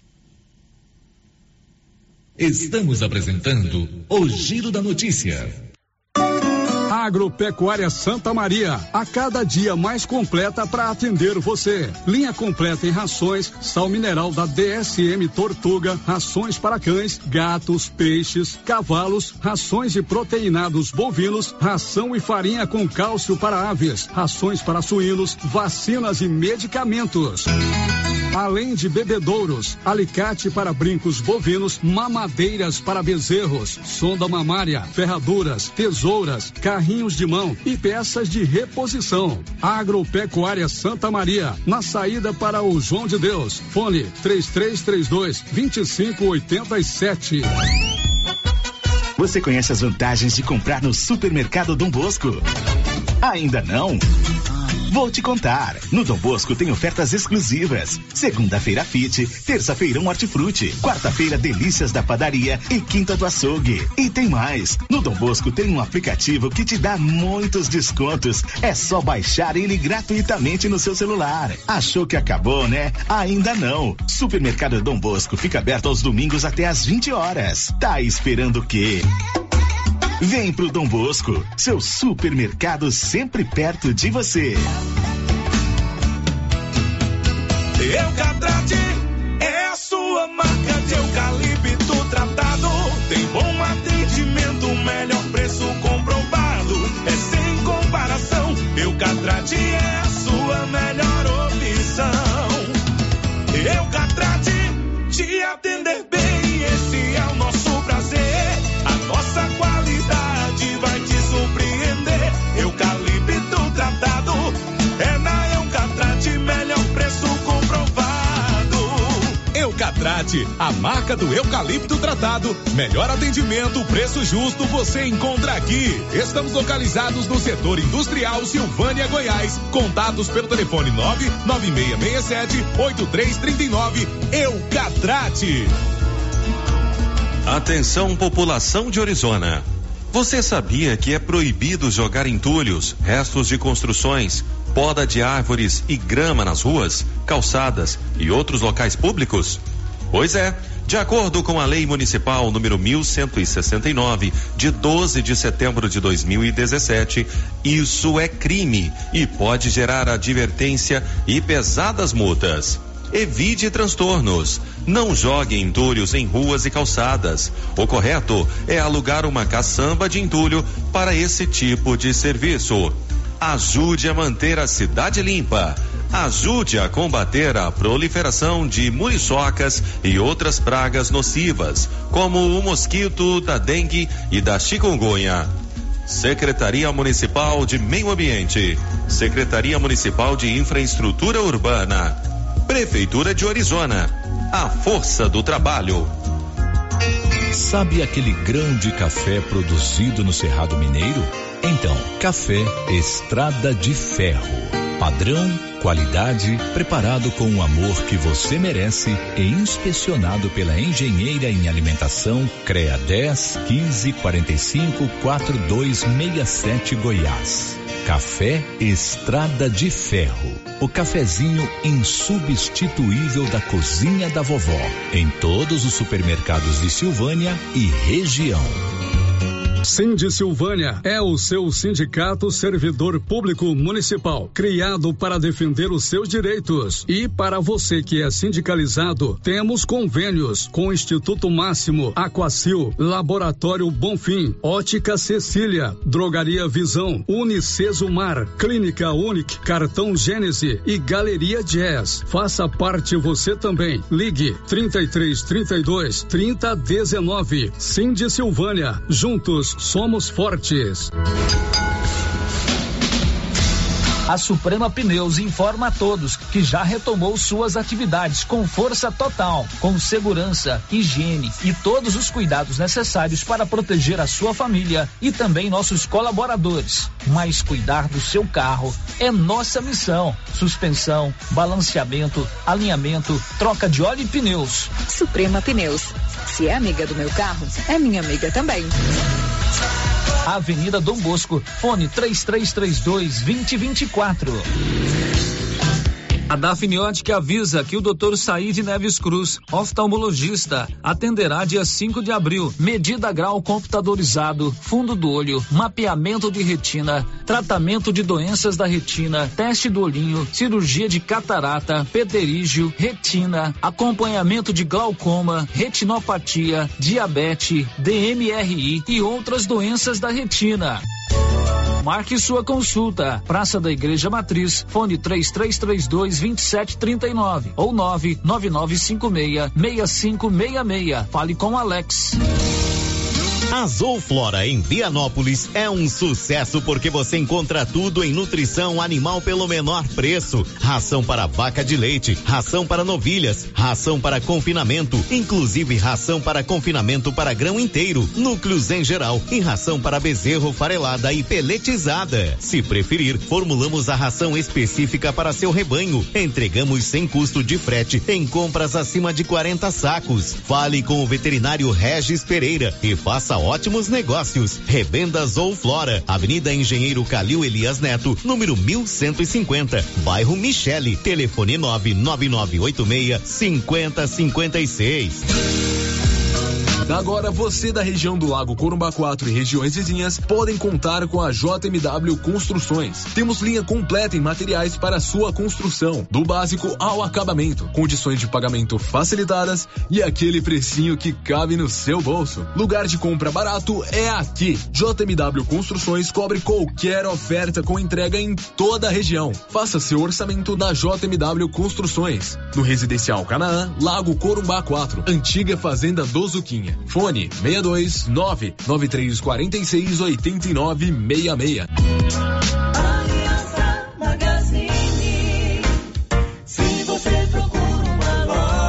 Estamos apresentando o Giro da Notícia. Agropecuária Santa Maria, a cada dia mais completa para atender você. Linha completa em rações, sal mineral da D S M Tortuga, rações para cães, gatos, peixes, cavalos, rações de proteinados bovinos, ração e farinha com cálcio para aves, rações para suínos, vacinas e medicamentos. Além de bebedouros, alicate para brincos bovinos, mamadeiras para bezerros, sonda mamária, ferraduras, tesouras, carrinhos de mão e peças de reposição. Agropecuária Santa Maria, na saída para o João de Deus. Fone três três três dois, dois cinco oito sete. Você conhece as vantagens de comprar no Supermercado Dom Bosco? Ainda não? Vou te contar. No Dom Bosco tem ofertas exclusivas. Segunda-feira Fit, terça-feira um Hortifruti, quarta-feira Delícias da Padaria e quinta do Açougue. E tem mais. No Dom Bosco tem um aplicativo que te dá muitos descontos. É só baixar ele gratuitamente no seu celular. Achou que acabou, né? Ainda não. Supermercado Dom Bosco fica aberto aos domingos até às vinte horas. Tá esperando o quê? Vem pro Dom Bosco, seu supermercado sempre perto de você. Eucatrate é a sua marca de eucalipto tratado. Tem bom atendimento, melhor preço comprovado. É sem comparação. Eucatrate é a sua melhor opção. Eucatrate, te atender bem, esse é o nosso prazer. A nossa qualidade vai te surpreender. Eucalipto tratado é na Eucatrate, melhor preço comprovado. Eucatrate, a marca do eucalipto tratado. Melhor atendimento, preço justo, você encontra aqui. Estamos localizados no setor industrial Silvânia, Goiás. Contatos pelo telefone nove nove seis seis sete oito três três nove. Eucatrate. Atenção, população de Orizona. Você sabia que é proibido jogar entulhos, restos de construções, poda de árvores e grama nas ruas, calçadas e outros locais públicos? Pois é. De acordo com a Lei Municipal número mil cento e sessenta e nove, de doze de setembro de dois mil e dezessete, isso é crime e pode gerar advertência e pesadas multas. Evite transtornos. Não jogue entulhos em ruas e calçadas. O correto é alugar uma caçamba de entulho para esse tipo de serviço. Ajude a manter a cidade limpa. Ajude a combater a proliferação de muriçocas e outras pragas nocivas, como o mosquito da dengue e da chikungunya. Secretaria Municipal de Meio Ambiente, Secretaria Municipal de Infraestrutura Urbana, Prefeitura de Orizona, a força do trabalho. Sabe aquele grão de café produzido no Cerrado Mineiro? Então, Café Estrada de Ferro. Padrão, qualidade, preparado com o amor que você merece e inspecionado pela engenheira em alimentação CREA dez, quinze, quarenta e cinco, quarenta e dois sessenta e sete Goiás. Café Estrada de Ferro. O cafezinho insubstituível da cozinha da vovó. Em todos os supermercados de Silvânia e região. Sindi Silvânia é o seu sindicato servidor público municipal, criado para defender os seus direitos. E para você que é sindicalizado, temos convênios com o Instituto Máximo, Aquacil, Laboratório Bonfim, Ótica Cecília, Drogaria Visão, Unicesumar, Clínica Unic, Cartão Gênese e Galeria Jazz. Faça parte você também. Ligue trinta e três, trinta e dois, trinta, dezenove. Sindi Silvânia, juntos somos fortes. A Suprema Pneus informa a todos que já retomou suas atividades com força total, com segurança, higiene e todos os cuidados necessários para proteger a sua família e também nossos colaboradores. Mas cuidar do seu carro é nossa missão. Suspensão, balanceamento, alinhamento, troca de óleo e pneus. Suprema Pneus. Se é amiga do meu carro, é minha amiga também. Avenida Dom Bosco, fone três três três dois, dois zero dois quatro. A Dafniótica avisa que o doutor Saíde Neves Cruz, oftalmologista, atenderá dia cinco de abril. Medida grau computadorizado, fundo do olho, mapeamento de retina, tratamento de doenças da retina, teste do olhinho, cirurgia de catarata, pterígio, retina, acompanhamento de glaucoma, retinopatia, diabetes, D M R I e outras doenças da retina. Marque sua consulta. Praça da Igreja Matriz, fone três três três dois, dois sete três nove ou nove nove nove cinco seis, seis cinco seis seis. Fale com Alex. A Zooflora em Vianópolis é um sucesso porque você encontra tudo em nutrição animal pelo menor preço. Ração para vaca de leite, ração para novilhas, ração para confinamento, inclusive ração para confinamento para grão inteiro, núcleos em geral e ração para bezerro farelada e peletizada. Se preferir, formulamos a ração específica para seu rebanho. Entregamos sem custo de frete em compras acima de quarenta sacos. Fale com o veterinário Regis Pereira e faça ótimos negócios. Revendas ou Flora, Avenida Engenheiro Calil Elias Neto, número mil cento e cinquenta, bairro Michele, telefone nove nove nove oito seis, cinco zero cinco seis. Agora você da região do Lago Corumbá quatro e regiões vizinhas podem contar com a J M W Construções. Temos linha completa em materiais para sua construção, do básico ao acabamento, condições de pagamento facilitadas e aquele precinho que cabe no seu bolso. Lugar de compra barato é aqui. J M W Construções cobre qualquer oferta com entrega em toda a região. Faça seu orçamento na J M W Construções. No Residencial Canaã, Lago Corumbá quatro, antiga Fazenda do Zuquinha. Fone seis dois nove, nove três quatro seis, oito nove seis seis. Aliança Magazine. Se você procura uma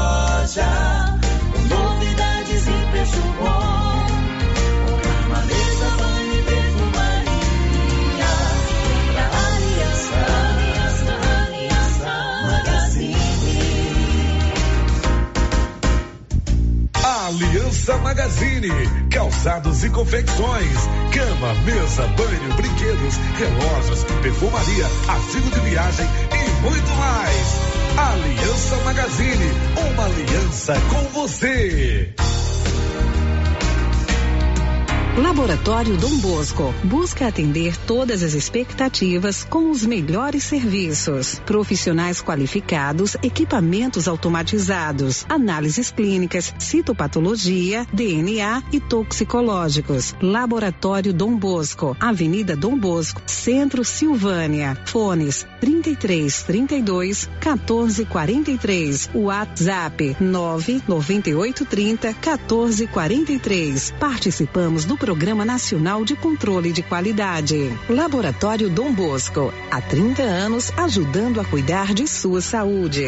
loja com novidades e preço bom, uma mesa, banho e perfumaria, pra Aliança, Aliança, Aliança Magazine. Aliança Magazine, calçados e confecções, cama, mesa, banho, brinquedos, relógios, perfumaria, artigo de viagem e muito mais. Aliança Magazine, uma aliança com você. Laboratório Dom Bosco busca atender todas as expectativas com os melhores serviços, profissionais qualificados, equipamentos automatizados, análises clínicas, citopatologia, D N A e toxicológicos. Laboratório Dom Bosco, Avenida Dom Bosco, Centro Silvânia. Fones trinta e três, trinta e dois, quatorze, quarenta e três. WhatsApp nove nove oito trinta, quatorze, quarenta e três. Participamos do Programa Nacional de Controle de Qualidade. Laboratório Dom Bosco, há trinta anos ajudando a cuidar de sua saúde.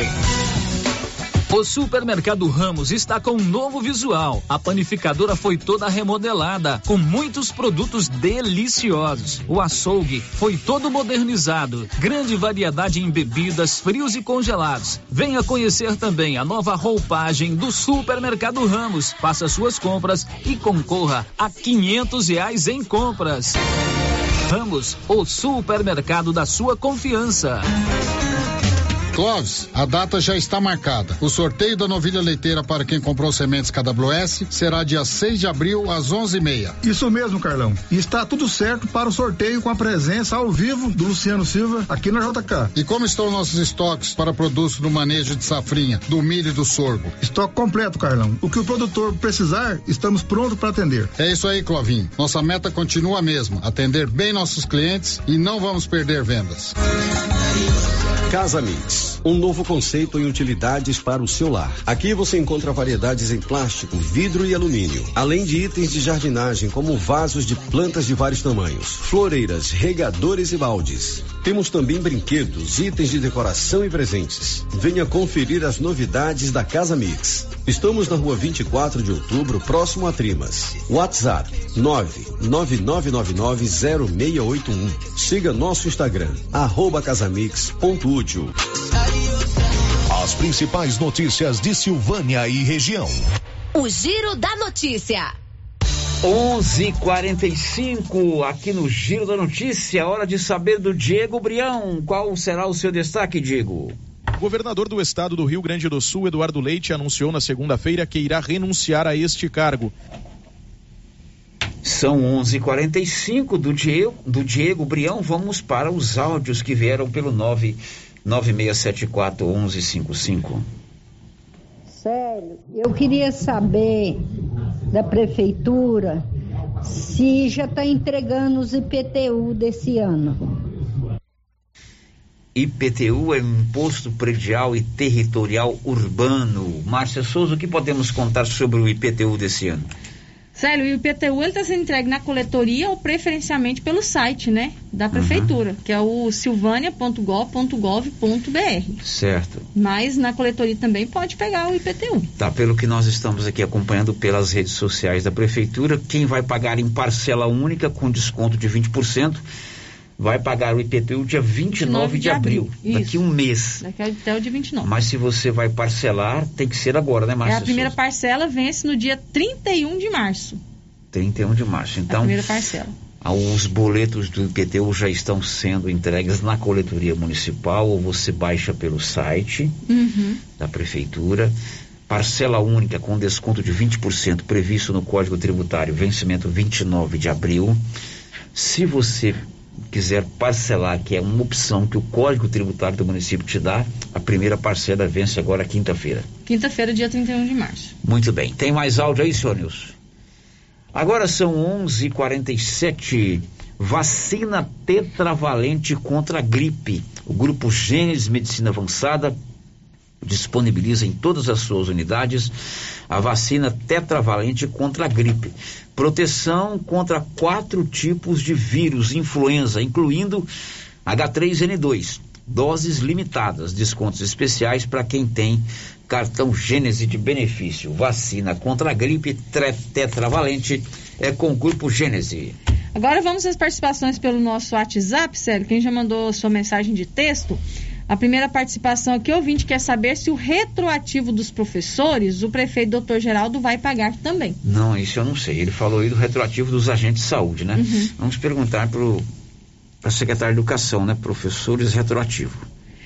O Supermercado Ramos está com um novo visual. A panificadora foi toda remodelada, com muitos produtos deliciosos. O açougue foi todo modernizado. Grande variedade em bebidas, frios e congelados. Venha conhecer também a nova roupagem do Supermercado Ramos. Faça suas compras e concorra a quinhentos reais em compras. Ramos, o supermercado da sua confiança. Clóvis, a data já está marcada. O sorteio da novilha leiteira para quem comprou sementes K W S será dia seis de abril às onze e meia. Isso mesmo, Carlão. E está tudo certo para o sorteio com a presença ao vivo do Luciano Silva aqui na J K. E como estão nossos estoques para produtos no manejo de safrinha, do milho e do sorgo? Estoque completo, Carlão. O que o produtor precisar, estamos prontos para atender. É isso aí, Clovinho. Nossa meta continua a mesma, atender bem nossos clientes e não vamos perder vendas. Casa Mix, um novo conceito em utilidades para o seu lar. Aqui você encontra variedades em plástico, vidro e alumínio, além de itens de jardinagem como vasos de plantas de vários tamanhos, floreiras, regadores e baldes. Temos também brinquedos, itens de decoração e presentes. Venha conferir as novidades da Casa Mix. Estamos na rua vinte e quatro de outubro, próximo a Trimas. WhatsApp nove nove nove nove nove zero seis oito um. Siga nosso Instagram, arroba casamix ponto útil. As principais notícias de Silvânia e região. O Giro da Notícia. onze e quarenta e cinco aqui no Giro da Notícia, hora de saber do Diego Brião. Qual será o seu destaque, Diego? O governador do estado do Rio Grande do Sul, Eduardo Leite, anunciou na segunda-feira que irá renunciar a este cargo. São onze e quarenta e cinco do Diego, do Diego Brião. Vamos para os áudios que vieram pelo nove nove seis sete quatro um um cinco cinco. Célio, eu queria saber da prefeitura se já está entregando os I P T U desse ano. I P T U é Imposto Predial e Territorial Urbano. Márcia Souza, o que podemos contar sobre o I P T U desse ano? Célio, o I P T U está sendo entregue na coletoria ou preferencialmente pelo site, né, da prefeitura, uhum. que é o silvânia ponto gov ponto gov ponto br. Certo. Mas na coletoria também pode pegar o I P T U. Tá, pelo que nós estamos aqui acompanhando pelas redes sociais da prefeitura, quem vai pagar em parcela única com desconto de vinte por cento vai pagar o I P T U dia vinte e nove de abril, daqui um mês. Daqui até o dia vinte e nove. Mas se você vai parcelar, tem que ser agora, né, Márcia? É, a primeira Souza? parcela vence no dia trinta e um de março. trinta e um de março. Então, a primeira parcela. Os boletos do I P T U já estão sendo entregues na coletoria municipal, ou você baixa pelo site uhum. da prefeitura. Parcela única com desconto de vinte por cento previsto no Código Tributário, vencimento vinte e nove de abril. Se você quiser parcelar, que é uma opção que o Código Tributário do município te dá, a primeira parcela vence agora quinta-feira. Quinta-feira, dia trinta e um de março. Muito bem. Tem mais áudio aí, senhor Nilson? Agora são onze e quarenta e sete. Vacina tetravalente contra a gripe. O Grupo Gênesis Medicina Avançada disponibiliza em todas as suas unidades a vacina tetravalente contra a gripe. Proteção contra quatro tipos de vírus influenza, incluindo H três N dois. Doses limitadas, descontos especiais para quem tem cartão Gênese de benefício. Vacina contra a gripe tetravalente é com o Grupo Gênese. Agora vamos às participações pelo nosso WhatsApp, Célio. Quem já mandou sua mensagem de texto? A primeira participação aqui, o ouvinte quer saber se o retroativo dos professores, o prefeito doutor Geraldo vai pagar também. Não, isso eu não sei. Ele falou aí do retroativo dos agentes de saúde, né? Uhum. Vamos perguntar para o secretário de Educação, né? Professores retroativo.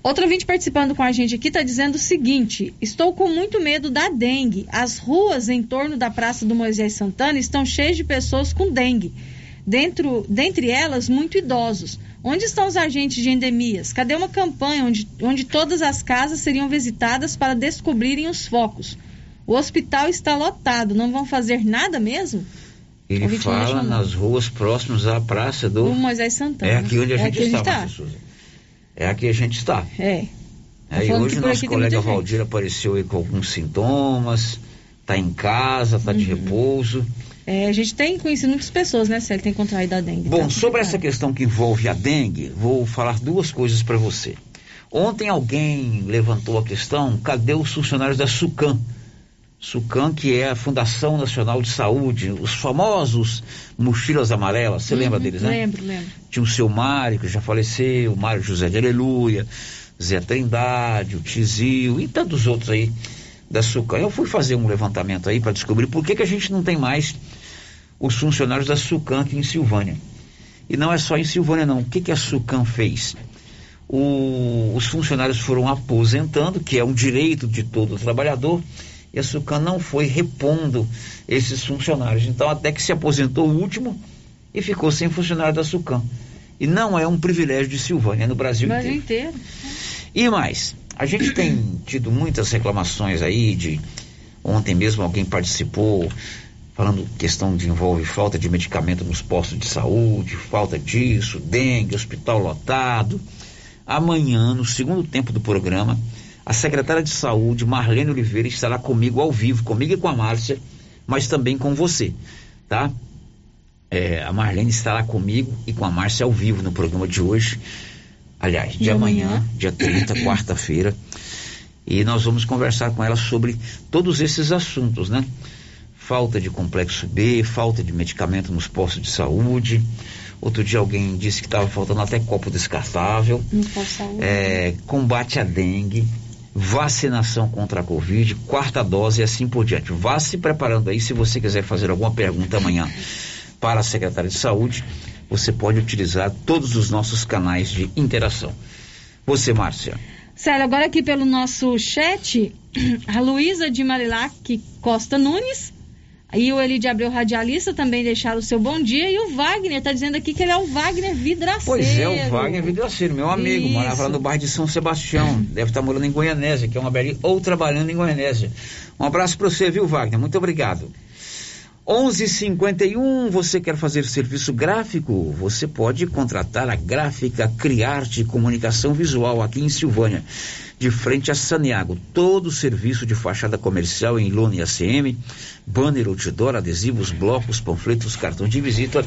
Outro ouvinte participando com a gente aqui está dizendo o seguinte: estou com muito medo da dengue. As ruas em torno da Praça do Moisés Santana estão cheias de pessoas com dengue. Dentro, dentre elas, muito idosos. Onde estão os agentes de endemias? Cadê uma campanha onde, onde todas as casas seriam visitadas para descobrirem os focos? O hospital está lotado, não vão fazer nada mesmo? Ele fala nas ruas próximas à Praça do, do Moisés Santana. É aqui onde a é gente está, Márcia Souza. É aqui a gente está. É. é e hoje nosso colega Valdir apareceu aí com alguns sintomas, está em casa, está uhum. de repouso. É, a gente tem conhecido muitas pessoas, né, Célio, que tem contraído a dengue. Bom, tá sobre essa questão que envolve a dengue, vou falar duas coisas para você. Ontem alguém levantou a questão, cadê os funcionários da SUCAM? SUCAM, que é a Fundação Nacional de Saúde, os famosos mochilas amarelas, você uhum, lembra deles, né? Lembro, lembro. Tinha o seu Mário, que já faleceu, o Mário José de Aleluia, Zé Trindade, o Tizio e tantos outros aí da SUCAM. Eu fui fazer um levantamento aí para descobrir por que, que a gente não tem mais os funcionários da SUCAM aqui em Silvânia. E não é só em Silvânia não. O que, que a SUCAM fez? O, os funcionários foram aposentando, que é um direito de todo trabalhador, e a SUCAM não foi repondo esses funcionários. Então, até que se aposentou o último e ficou sem funcionário da SUCAM. E não é um privilégio de Silvânia, é no Brasil, Brasil inteiro. inteiro. E mais, a gente tem tido muitas reclamações aí de... Ontem mesmo alguém participou falando questão de envolve falta de medicamento nos postos de saúde, falta disso, dengue, hospital lotado. Amanhã, no segundo tempo do programa, a secretária de Saúde, Marlene Oliveira, estará comigo ao vivo, comigo e com a Márcia, mas também com você, tá? É, a Marlene estará comigo e com a Márcia ao vivo no programa de hoje, aliás, de, de amanhã, amanhã, dia trinta, quarta-feira, e nós vamos conversar com ela sobre todos esses assuntos, né? Falta de complexo B, falta de medicamento nos postos de saúde. Outro dia alguém disse que estava faltando até copo descartável. É, combate à dengue, vacinação contra a Covid, quarta dose e assim por diante. Vá se preparando aí, se você quiser fazer alguma pergunta amanhã para a secretária de Saúde, você pode utilizar todos os nossos canais de interação. Você, Márcia. Célio, agora aqui pelo nosso chat, a Luísa de Marilac Costa Nunes e o Eli de Abreu Radialista também deixaram o seu bom dia, e o Wagner está dizendo aqui que ele é o Wagner Vidraceiro. Pois é, o Wagner Vidraceiro, meu amigo, Isso. morava lá no bairro de São Sebastião, deve estar morando em Goianésia, que é uma beleza, ou trabalhando em Goianésia. Um abraço para você, viu, Wagner? Muito obrigado. onze e cinquenta e um, você quer fazer serviço gráfico? Você pode contratar a Gráfica Criarte Comunicação Visual aqui em Silvânia, de frente a Saniago. Todo o serviço de fachada comercial em lona e A C M, banner, outdoor, adesivos, blocos, panfletos, cartões de visita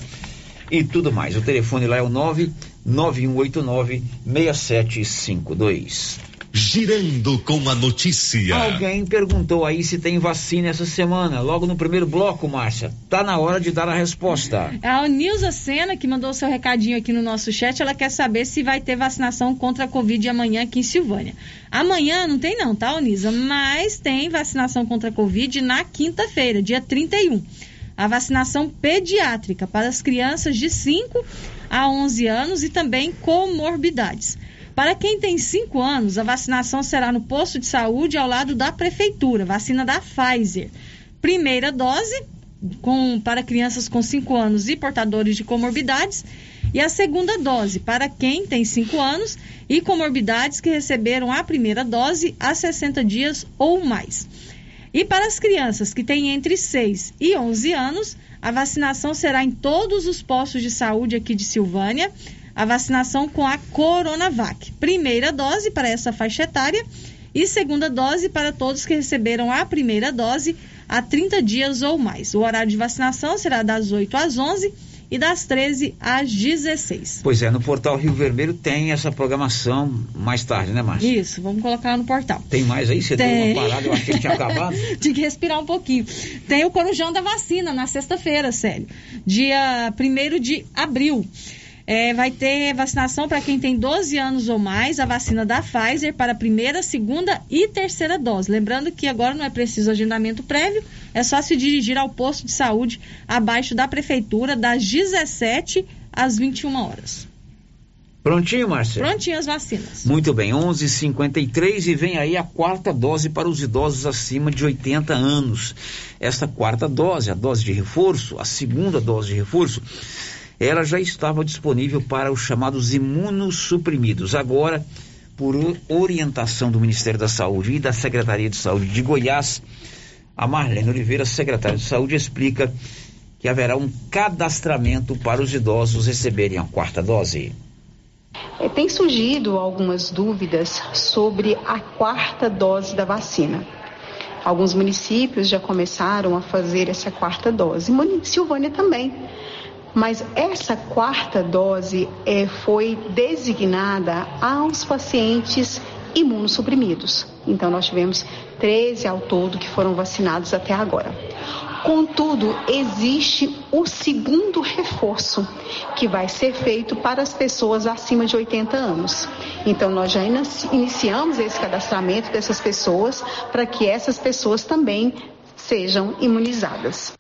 e tudo mais. O telefone lá é o nove nove um oito nove seis sete cinco dois. Girando com a notícia. Alguém perguntou aí se tem vacina essa semana. Logo no primeiro bloco, Márcia, tá na hora de dar a resposta. A Nilza Sena, que mandou o seu recadinho aqui no nosso chat, ela quer saber se vai ter vacinação contra a Covid amanhã aqui em Silvânia. Amanhã não tem não, tá, Nilza? Mas tem vacinação contra a Covid na quinta-feira, dia trinta e um. A vacinação pediátrica para as crianças de cinco a onze anos e também comorbidades. Para quem tem cinco anos, a vacinação será no posto de saúde ao lado da prefeitura, vacina da Pfizer. Primeira dose com, para crianças com cinco anos e portadores de comorbidades, e a segunda dose para quem tem cinco anos e comorbidades que receberam a primeira dose há sessenta dias ou mais. E para as crianças que têm entre seis e onze anos, a vacinação será em todos os postos de saúde aqui de Silvânia, a vacinação com a Coronavac. Primeira dose para essa faixa etária e segunda dose para todos que receberam a primeira dose há trinta dias ou mais. O horário de vacinação será das oito às onze e das treze às dezesseis. Pois é, no portal Rio Vermelho tem essa programação mais tarde, né, Márcia? Isso, vamos colocar no portal. Tem mais aí? Você tem. Deu uma parada, eu achei que tinha acabado. Tinha que respirar um pouquinho. Tem o Corujão da Vacina na sexta-feira, Célio, dia primeiro de abril. É, vai ter vacinação para quem tem doze anos ou mais, a vacina da Pfizer para a primeira, segunda e terceira dose. Lembrando que agora não é preciso agendamento prévio, é só se dirigir ao posto de saúde abaixo da prefeitura das dezessete às vinte e uma horas. Prontinho, Márcia? Prontinho as vacinas. Muito bem, onze e cinquenta e três e vem aí a quarta dose para os idosos acima de oitenta anos. Essa quarta dose, a dose de reforço, a segunda dose de reforço, ela já estava disponível para os chamados imunossuprimidos. Agora, por orientação do Ministério da Saúde e da Secretaria de Saúde de Goiás, a Marlene Oliveira, secretária de Saúde, explica que haverá um cadastramento para os idosos receberem a quarta dose. Tem surgido algumas dúvidas sobre a quarta dose da vacina. Alguns municípios já começaram a fazer essa quarta dose, Silvânia também. Mas essa quarta dose é, foi designada aos pacientes imunossuprimidos. Então nós tivemos treze ao todo que foram vacinados até agora. Contudo, existe o segundo reforço, que vai ser feito para as pessoas acima de oitenta anos. Então, nós já iniciamos esse cadastramento dessas pessoas para que essas pessoas também sejam imunizadas.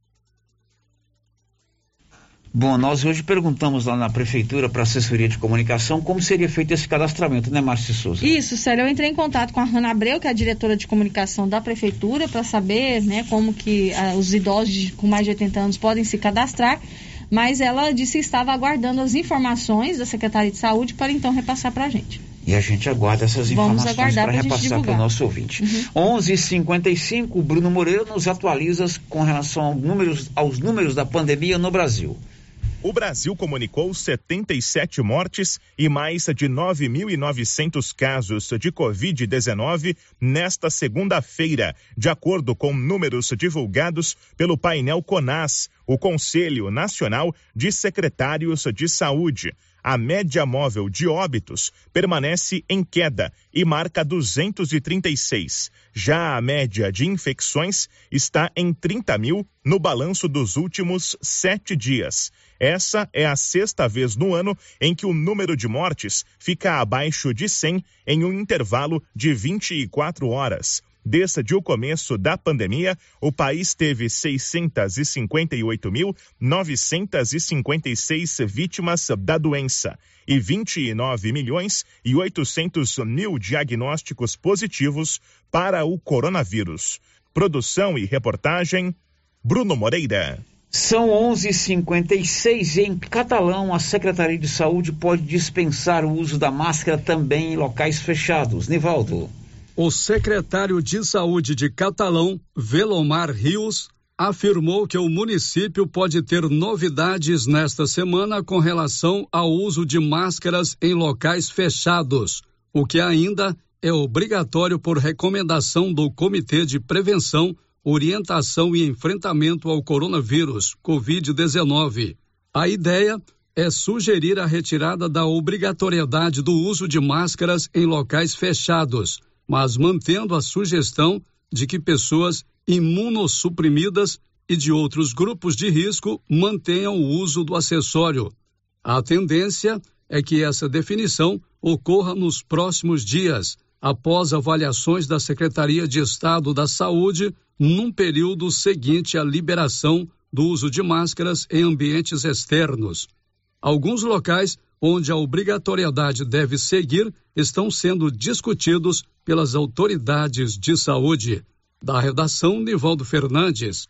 Bom, nós hoje perguntamos lá na Prefeitura para a Assessoria de Comunicação como seria feito esse cadastramento, né, Márcia Souza? Isso, Célio, eu entrei em contato com a Hanna Abreu, que é a diretora de comunicação da Prefeitura, para saber, né, como que ah, os idosos com mais de oitenta anos podem se cadastrar, mas ela disse que estava aguardando as informações da Secretaria de Saúde para então repassar para a gente. E a gente aguarda essas Vamos informações para repassar para o nosso ouvinte. Uhum. onze e cinquenta e cinco, o Bruno Moreira nos atualiza com relação aos números, aos números da pandemia no Brasil. O Brasil comunicou setenta e sete mortes e mais de nove mil e novecentos casos de covid dezenove nesta segunda-feira, de acordo com números divulgados pelo painel CONAS, o Conselho Nacional de Secretários de Saúde. A média móvel de óbitos permanece em queda e marca duzentos e trinta e seis. Já a média de infecções está em trinta mil no balanço dos últimos sete dias. Essa é a sexta vez no ano em que o número de mortes fica abaixo de cem em um intervalo de vinte e quatro horas. Desde o começo da pandemia, o país teve seiscentos e cinquenta e oito mil, novecentos e cinquenta e seis vítimas da doença e vinte e nove milhões e oitocentos mil diagnósticos positivos para o coronavírus. Produção e reportagem, Bruno Moreira. São onze e cinquenta e seis e em Catalão, a Secretaria de Saúde pode dispensar o uso da máscara também em locais fechados. Nivaldo. O secretário de Saúde de Catalão, Velomar Rios, afirmou que o município pode ter novidades nesta semana com relação ao uso de máscaras em locais fechados, o que ainda é obrigatório por recomendação do Comitê de Prevenção, Orientação e Enfrentamento ao Coronavírus, covid dezenove. A ideia é sugerir a retirada da obrigatoriedade do uso de máscaras em locais fechados, mas mantendo a sugestão de que pessoas imunossuprimidas e de outros grupos de risco mantenham o uso do acessório. A tendência é que essa definição ocorra nos próximos dias, após avaliações da Secretaria de Estado da Saúde, num período seguinte à liberação do uso de máscaras em ambientes externos. Alguns locais onde a obrigatoriedade deve seguir estão sendo discutidos pelas autoridades de saúde. Da redação, Nivaldo Fernandes.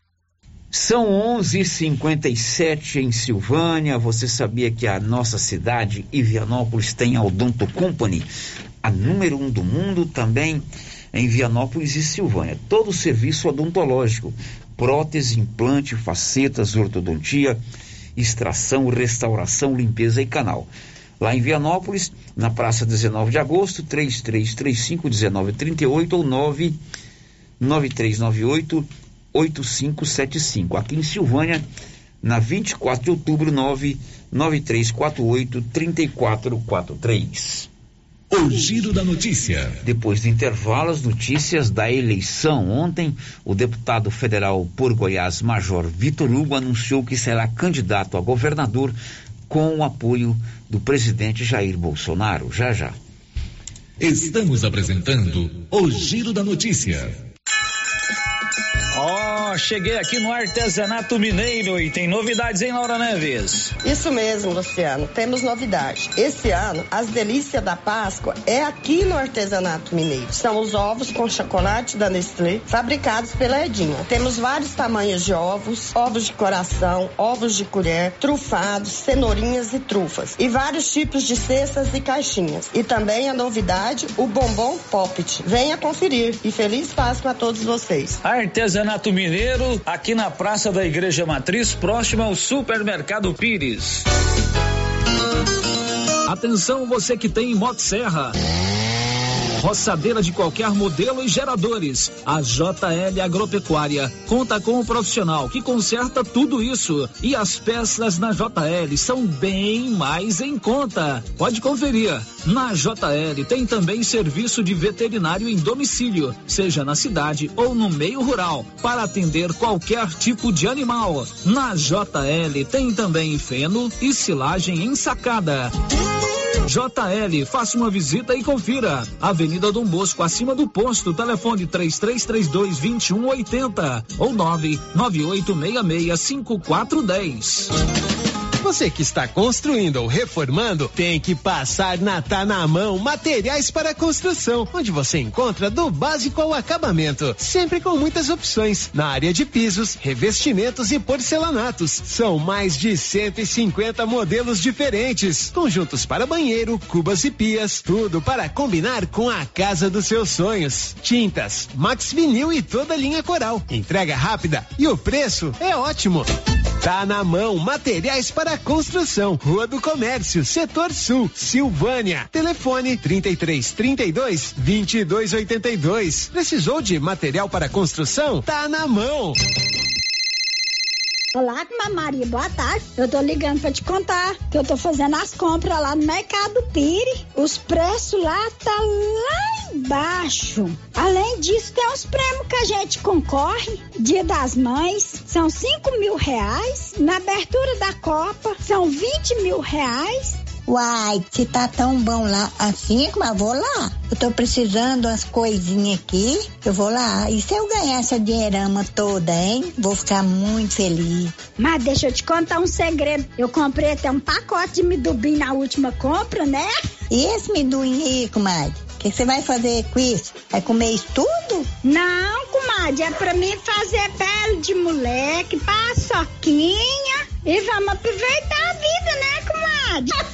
São onze e cinquenta e sete em Silvânia. Você sabia que a nossa cidade, Vianópolis, tem a Odonto Company, a número um do mundo, também em Vianópolis e Silvânia. Todo o serviço odontológico, prótese, implante, facetas, ortodontia, extração, restauração, limpeza e canal. Lá em Vianópolis, na Praça dezenove de agosto, três três três cinco, um nove três oito ou nove nove três nove oito, oito cinco sete cinco. Aqui em Silvânia, na vinte e quatro de outubro, nove nove três quatro oito, três quatro quatro três. O Giro da Notícia. Depois do intervalo, as notícias da eleição. Ontem, o deputado federal por Goiás, Major Vitor Hugo, anunciou que será candidato a governador com o apoio do presidente Jair Bolsonaro. Já, já. Estamos apresentando o Giro da Notícia. Ó, Ó, oh, cheguei aqui no Artesanato Mineiro e tem novidades, hein, Laura Neves? Isso mesmo, Luciano, temos novidade. Esse ano, as delícias da Páscoa é aqui no Artesanato Mineiro. São os ovos com chocolate da Nestlé, fabricados pela Edinha. Temos vários tamanhos de ovos, ovos de coração, ovos de colher, trufados, cenourinhas e trufas. E vários tipos de cestas e caixinhas. E também a novidade, o bombom Poppet. Venha conferir e feliz Páscoa a todos vocês. Artesanato Mineiro, aqui na Praça da Igreja Matriz, próximo ao Supermercado Pires. Atenção, você que tem motosserra, roçadeira de qualquer modelo e geradores. A J L Agropecuária conta com um profissional que conserta tudo isso. E as peças na J L são bem mais em conta. Pode conferir. Na J L tem também serviço de veterinário em domicílio, seja na cidade ou no meio rural, para atender qualquer tipo de animal. Na J L tem também feno e silagem ensacada. J L, faça uma visita e confira. Avenida Dom Bosco, acima do posto, telefone três três três dois, dois um oito zero ou nove nove oito seis seis, cinco quatro um zero. Você que está construindo ou reformando, tem que passar na Tá na Mão Materiais para Construção, onde você encontra do básico ao acabamento, sempre com muitas opções na área de pisos, revestimentos e porcelanatos. São mais de cento e cinquenta modelos diferentes, conjuntos para banheiro, cubas e pias, tudo para combinar com a casa dos seus sonhos. Tintas, Max Vinil e toda a linha Coral. Entrega rápida e o preço é ótimo. Tá na Mão Materiais para Construção, Rua do Comércio, Setor Sul, Silvânia. Telefone trinta e três, trinta e dois, vinte e dois oitenta e dois. Precisou de material para construção? Tá na mão. Olá, Maria, boa tarde. Eu tô ligando pra te contar que eu tô fazendo as compras lá no Mercado Pires. Os preços lá tá lá embaixo. Além disso, tem os prêmios que a gente concorre. Dia das Mães, são cinco mil reais. Na abertura da Copa, são vinte mil reais. Uai, se tá tão bom lá assim, mas vou lá. Eu tô precisando umas coisinhas aqui, eu vou lá. E se eu ganhar essa dinheirama toda, hein? Vou ficar muito feliz. Mas deixa eu te contar um segredo. Eu comprei até um pacote de midubim na última compra, né? E esse midubim aí, comadre? O que você vai fazer com isso? Vai comer isso tudo? Não, comadre, é pra mim fazer pele de moleque, paçoquinha e vamos aproveitar a vida, né, comadre?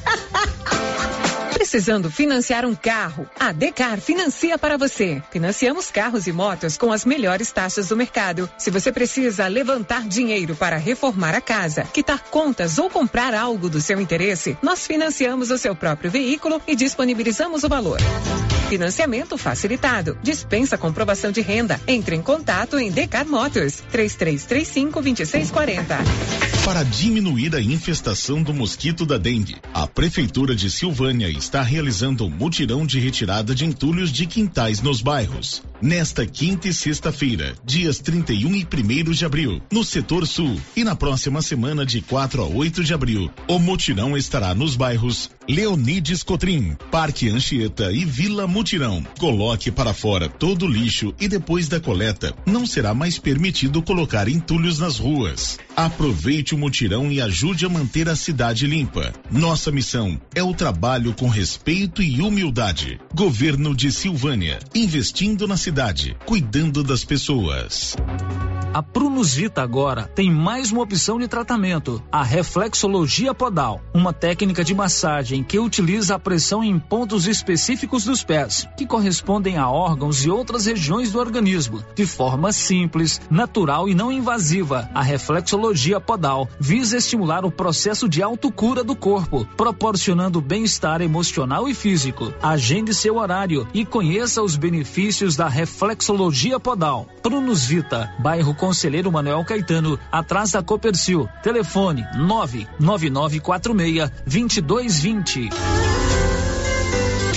Precisando financiar um carro? A Decar financia para você. Financiamos carros e motos com as melhores taxas do mercado. Se você precisa levantar dinheiro para reformar a casa, quitar contas ou comprar algo do seu interesse, nós financiamos o seu próprio veículo e disponibilizamos o valor. Financiamento facilitado. Dispensa comprovação de renda. Entre em contato em Decar Motors. três três três cinco, dois seis quatro zero. Para diminuir a infestação do mosquito da dengue, a Prefeitura de Silvânia está realizando um mutirão de retirada de entulhos de quintais nos bairros. Nesta quinta e sexta-feira, dias trinta e um e primeiro de abril, no Setor Sul, e na próxima semana de quatro a oito de abril, o mutirão estará nos bairros Leonides Cotrim, Parque Anchieta e Vila Mutirão. Coloque para fora todo o lixo e depois da coleta, não será mais permitido colocar entulhos nas ruas. Aproveite o mutirão e ajude a manter a cidade limpa. Nossa missão é o trabalho com respeito e humildade. Governo de Silvânia, investindo na cidade, cuidando das pessoas. A Prunus Vita agora tem mais uma opção de tratamento, a reflexologia podal, uma técnica de massagem que utiliza a pressão em pontos específicos dos pés, que correspondem a órgãos e outras regiões do organismo, de forma simples, natural e não invasiva. A reflexologia podal visa estimular o processo de autocura do corpo, proporcionando bem-estar emocional e físico. Agende seu horário e conheça os benefícios da reflexologia podal. Prunus Vita, bairro Conselheiro Manuel Caetano, atrás da Copercil. Telefone nove nove nove quatro seis, dois dois dois zero.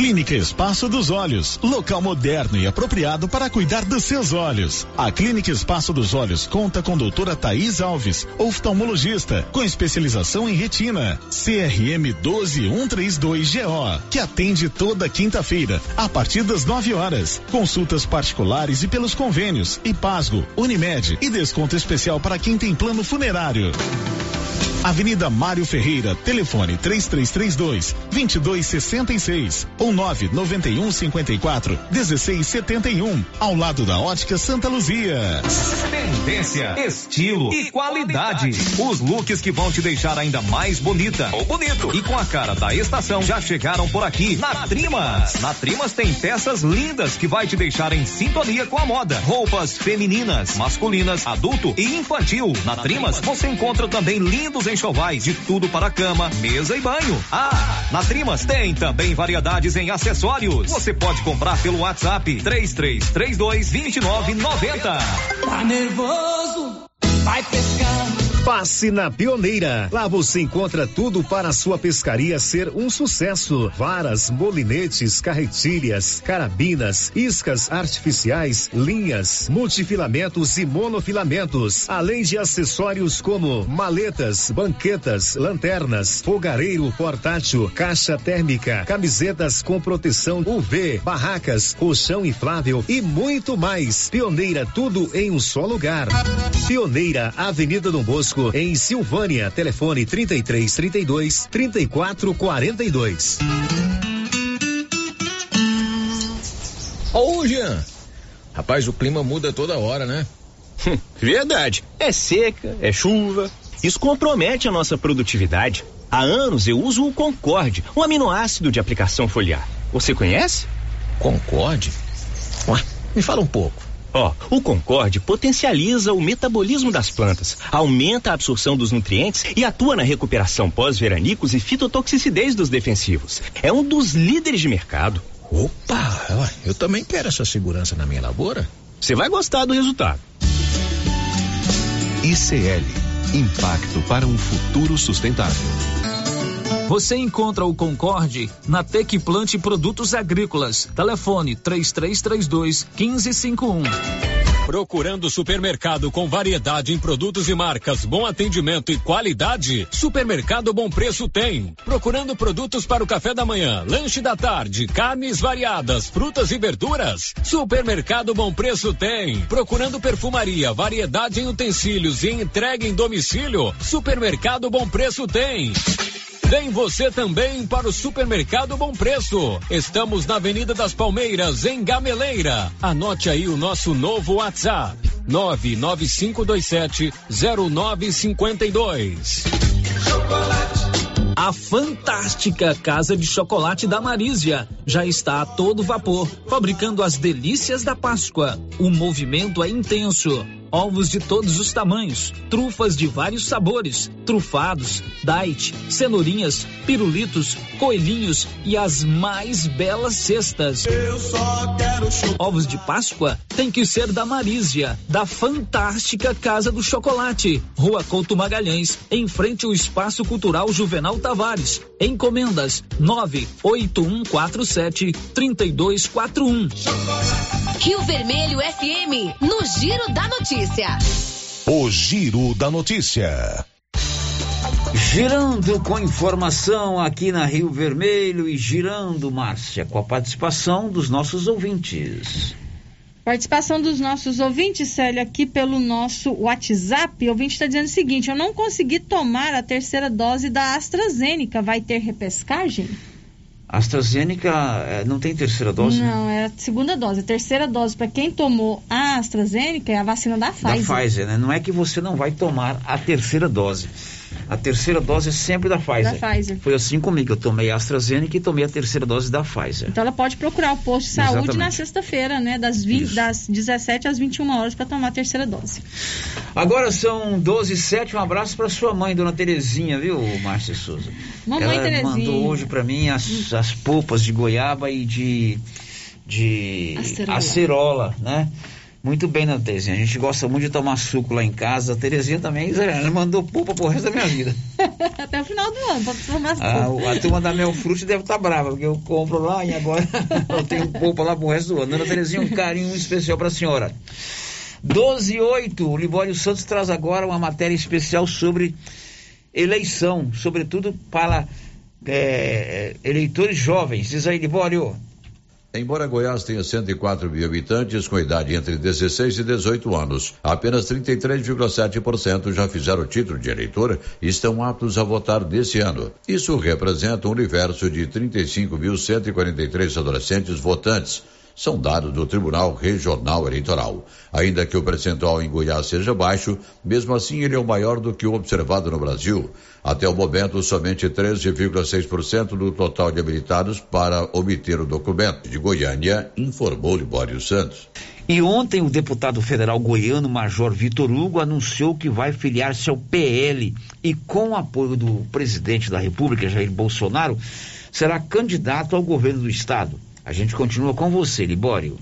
Clínica Espaço dos Olhos, local moderno e apropriado para cuidar dos seus olhos. A Clínica Espaço dos Olhos conta com doutora Thaís Alves, oftalmologista, com especialização em retina, C R M um dois um três dois G O, que atende toda quinta-feira, a partir das nove horas. Consultas particulares e pelos convênios, Ipasgo, Unimed e desconto especial para quem tem plano funerário. Avenida Mário Ferreira, telefone três três três dois, dois dois seis seis ou nove nove um cinco quatro, um seis sete um, ao lado da Ótica Santa Luzia. Tendência, estilo e qualidade. Os looks que vão te deixar ainda mais bonita ou bonito e com a cara da estação já chegaram por aqui na Trimas. Na Trimas tem peças lindas que vai te deixar em sintonia com a moda. Roupas femininas, masculinas, adulto e infantil. Na Trimas você encontra também lindos enxovais de tudo para cama, mesa e banho. Ah, na Trimas tem também variedades em acessórios. Você pode comprar pelo WhatsApp três três três dois, dois nove nove zero. Tá nervoso? Vai pescando. Passe na Pioneira. Lá você encontra tudo para a sua pescaria ser um sucesso. Varas, molinetes, carretilhas, carabinas, iscas artificiais, linhas, multifilamentos e monofilamentos. Além de acessórios como maletas, banquetas, lanternas, fogareiro portátil, caixa térmica, camisetas com proteção U V, barracas, colchão inflável e muito mais. Pioneira, tudo em um só lugar. Pioneira, Avenida Dom Bosco, em Silvânia, telefone trinta e três, trinta e dois, trinta e quatro, quarenta e dois. Ô, Jean, rapaz, o clima muda toda hora, né? Verdade, é seca, é chuva, isso compromete a nossa produtividade. Há anos eu uso o Concorde, um aminoácido de aplicação foliar. Você conhece? Concorde? Ué, me fala um pouco. Ó, oh, o Concorde potencializa o metabolismo das plantas, aumenta a absorção dos nutrientes e atua na recuperação pós-veranicos e fitotoxicidez dos defensivos. É um dos líderes de mercado. Opa, eu também quero essa segurança na minha lavoura. Você vai gostar do resultado. I C L, impacto para um futuro sustentável. Você encontra o Concorde na Tec Plante Produtos Agrícolas. Telefone três três três dois, um cinco cinco um. Procurando supermercado com variedade em produtos e marcas, bom atendimento e qualidade? Supermercado Bom Preço tem. Procurando produtos para o café da manhã, lanche da tarde, carnes variadas, frutas e verduras? Supermercado Bom Preço tem. Procurando perfumaria, variedade em utensílios e entrega em domicílio? Supermercado Bom Preço tem. Vem você também para o Supermercado Bom Preço. Estamos na Avenida das Palmeiras, em Gameleira. Anote aí o nosso novo WhatsApp: nove nove cinco dois sete zero nove cinco dois. A fantástica Casa de Chocolate da Marísia já está a todo vapor, fabricando as delícias da Páscoa. O movimento é intenso. Ovos de todos os tamanhos, trufas de vários sabores, trufados, daite, cenourinhas, pirulitos, coelhinhos e as mais belas cestas. Eu só quero chocolate. Ovos de Páscoa tem que ser da Marísia, da fantástica Casa do Chocolate, Rua Couto Magalhães, em frente ao Espaço Cultural Juvenal Tavares. Encomendas nove oito um quatro sete, três dois quatro um. Rio Vermelho F M, no Giro da Notícia. O Giro da Notícia. Girando com informação aqui na Rio Vermelho e girando, Márcia, com a participação dos nossos ouvintes. Participação dos nossos ouvintes, Célia, aqui pelo nosso WhatsApp. O ouvinte está dizendo o seguinte: eu não consegui tomar a terceira dose da AstraZeneca. Vai ter repescagem? A AstraZeneca não tem terceira dose? Não, é a segunda dose. A terceira dose para quem tomou a AstraZeneca é a vacina da Pfizer. Da Pfizer, né? Não é que você não vai tomar a terceira dose. A terceira dose é sempre da Pfizer. Da Pfizer. Foi assim comigo, eu tomei a AstraZeneca e tomei a terceira dose da Pfizer. Então ela pode procurar o posto de saúde Exatamente. Na sexta-feira, né? Das, vinte, das dezessete às vinte e uma horas para tomar a terceira dose. Agora são doze e sete, um abraço para sua mãe, dona Terezinha, viu, Márcia Souza? Mamãe ela Terezinha. mandou hoje para mim as, as polpas de goiaba e de, de acerola. acerola, né? Muito bem, né, Terezinha? A gente gosta muito de tomar suco lá em casa. A Terezinha também, ela mandou polpa pro resto da minha vida. Até o final do ano, para transformar as ah, polpas. A turma da Mel Fruit deve estar tá brava, porque eu compro lá e agora eu tenho polpa lá pro resto do ano. Dona Terezinha, um carinho especial para a senhora. doze e oito, o Libório Santos traz agora uma matéria especial sobre eleição, sobretudo para é, eleitores jovens. Diz aí, Libório. Embora Goiás tenha cento e quatro mil habitantes com idade entre dezesseis e dezoito anos, apenas trinta e três vírgula sete por cento já fizeram o título de eleitor e estão aptos a votar nesse ano. Isso representa um universo de trinta e cinco mil cento e quarenta e três adolescentes votantes. São dados do Tribunal Regional Eleitoral. Ainda que o percentual em Goiás seja baixo, mesmo assim ele é o maior do que o observado no Brasil. Até o momento, somente treze vírgula seis por cento do total de habilitados para obter o documento. De Goiânia, informou Libório Santos. E ontem o deputado federal goiano Major Vitor Hugo anunciou que vai filiar-se ao P L e, com o apoio do presidente da República, Jair Bolsonaro, será candidato ao governo do estado. A gente continua com você, Libório.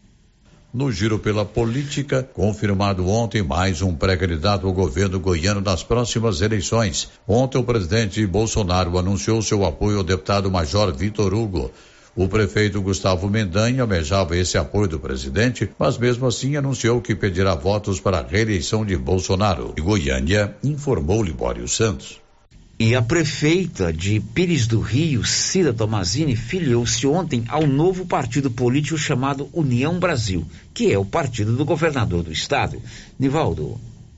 No giro pela política, confirmado ontem mais um pré-candidato ao governo goiano nas próximas eleições. Ontem o presidente Bolsonaro anunciou seu apoio ao deputado Major Vitor Hugo. O prefeito Gustavo Mendanha almejava esse apoio do presidente, mas mesmo assim anunciou que pedirá votos para a reeleição de Bolsonaro. De Goiânia, informou Libório Santos. E a prefeita de Pires do Rio, Cida Tomazini, filiou-se ontem ao novo partido político chamado União Brasil, que é o partido do governador do estado. Nivaldo.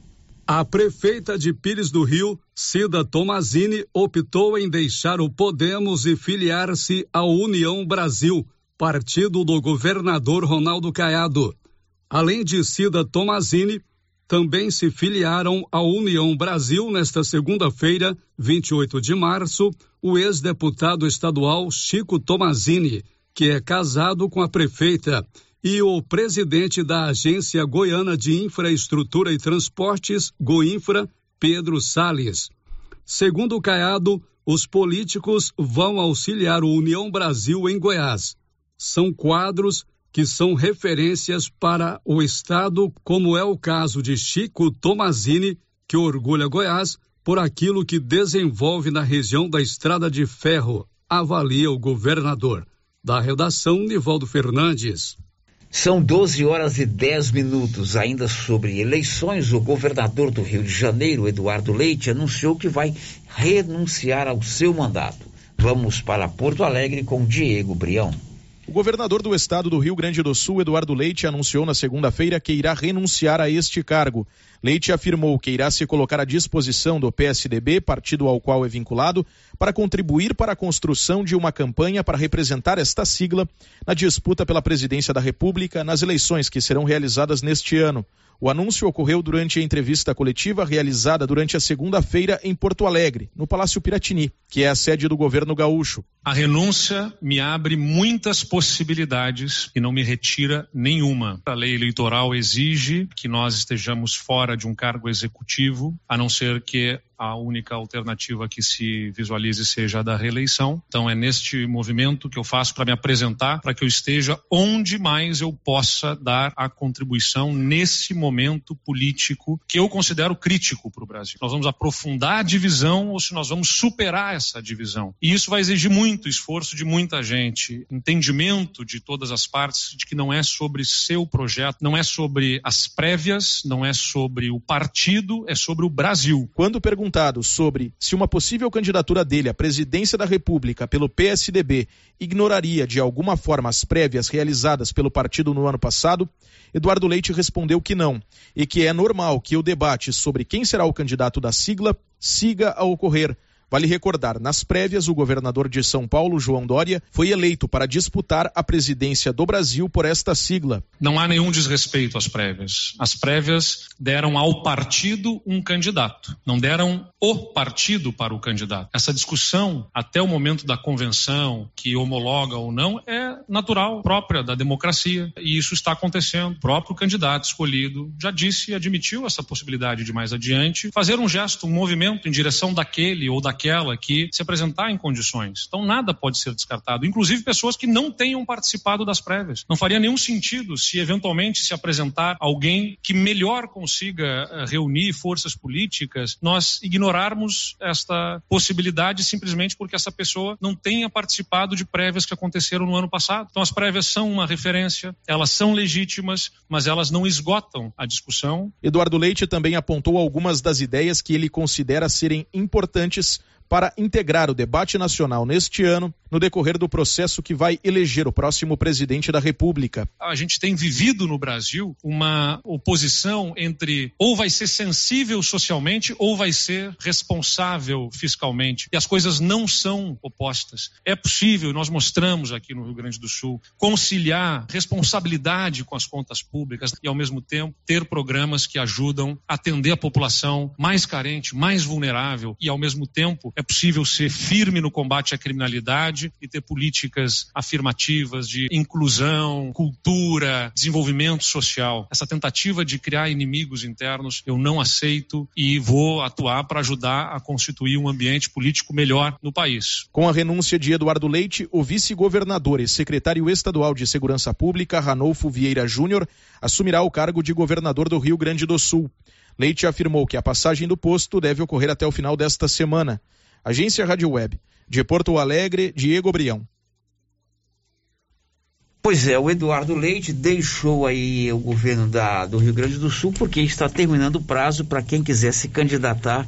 A prefeita de Pires do Rio, Cida Tomazini, optou em deixar o Podemos e filiar-se ao União Brasil, partido do governador Ronaldo Caiado. Além de Cida Tomazini, também se filiaram à União Brasil nesta segunda-feira, vinte e oito de março, o ex-deputado estadual Chico Tomazini, que é casado com a prefeita, e o presidente da Agência Goiana de Infraestrutura e Transportes, Goinfra, Pedro Salles. Segundo o Caiado, os políticos vão auxiliar o União Brasil em Goiás. São quadros que são referências para o estado, como é o caso de Chico Tomazini, que orgulha Goiás por aquilo que desenvolve na região da Estrada de Ferro, avalia o governador. Da redação, Nivaldo Fernandes. São doze horas e dez minutos. Ainda sobre eleições, o governador do Rio de Janeiro, Eduardo Leite, anunciou que vai renunciar ao seu mandato. Vamos para Porto Alegre com Diego Brião. O governador do estado do Rio Grande do Sul, Eduardo Leite, anunciou na segunda-feira que irá renunciar a este cargo. Leite afirmou que irá se colocar à disposição do P S D B, partido ao qual é vinculado, para contribuir para a construção de uma campanha para representar esta sigla na disputa pela presidência da República nas eleições que serão realizadas neste ano. O anúncio ocorreu durante a entrevista coletiva realizada durante a segunda-feira em Porto Alegre, no Palácio Piratini, que é a sede do governo gaúcho. A renúncia me abre muitas possibilidades e não me retira nenhuma. A lei eleitoral exige que nós estejamos fora de um cargo executivo, a não ser que a única alternativa que se visualize seja a da reeleição. Então é neste movimento que eu faço para me apresentar, para que eu esteja onde mais eu possa dar a contribuição nesse momento político que eu considero crítico para o Brasil. Nós vamos aprofundar a divisão ou se nós vamos superar essa divisão. E isso vai exigir muito esforço de muita gente, entendimento de todas as partes de que não é sobre seu projeto, não é sobre as prévias, não é sobre o partido, é sobre o Brasil. Quando perguntado sobre se uma possível candidatura dele à presidência da República pelo P S D B ignoraria de alguma forma as prévias realizadas pelo partido no ano passado, Eduardo Leite respondeu que não, e que é normal que o debate sobre quem será o candidato da sigla siga a ocorrer. Vale recordar, nas prévias, o governador de São Paulo, João Dória, foi eleito para disputar a presidência do Brasil por esta sigla. Não há nenhum desrespeito às prévias. As prévias deram ao partido um candidato, não deram o partido para o candidato. Essa discussão, até o momento da convenção, que homologa ou não, é natural, própria da democracia, e isso está acontecendo. O próprio candidato escolhido já disse e admitiu essa possibilidade de mais adiante fazer um gesto, um movimento em direção daquele ou daquele daquela que se apresentar em condições. Então nada pode ser descartado, inclusive pessoas que não tenham participado das prévias. Não faria nenhum sentido se eventualmente se apresentar alguém que melhor consiga uh, reunir forças políticas, nós ignorarmos esta possibilidade simplesmente porque essa pessoa não tenha participado de prévias que aconteceram no ano passado. Então as prévias são uma referência, elas são legítimas, mas elas não esgotam a discussão. Eduardo Leite também apontou algumas das ideias que ele considera serem importantes para integrar o debate nacional neste ano, no decorrer do processo que vai eleger o próximo presidente da República. A gente tem vivido no Brasil uma oposição entre ou vai ser sensível socialmente ou vai ser responsável fiscalmente. E as coisas não são opostas. É possível, nós mostramos aqui no Rio Grande do Sul, conciliar responsabilidade com as contas públicas e, ao mesmo tempo, ter programas que ajudam a atender a população mais carente, mais vulnerável e, ao mesmo tempo, é possível ser firme no combate à criminalidade e ter políticas afirmativas de inclusão, cultura, desenvolvimento social. Essa tentativa de criar inimigos internos eu não aceito e vou atuar para ajudar a constituir um ambiente político melhor no país. Com a renúncia de Eduardo Leite, o vice-governador e secretário estadual de Segurança Pública, Ranolfo Vieira Júnior, assumirá o cargo de governador do Rio Grande do Sul. Leite afirmou que a passagem do posto deve ocorrer até o final desta semana. Agência Rádio Web. De Porto Alegre, Diego Brião. Pois é, o Eduardo Leite deixou aí o governo da, do Rio Grande do Sul porque está terminando o prazo para quem quiser se candidatar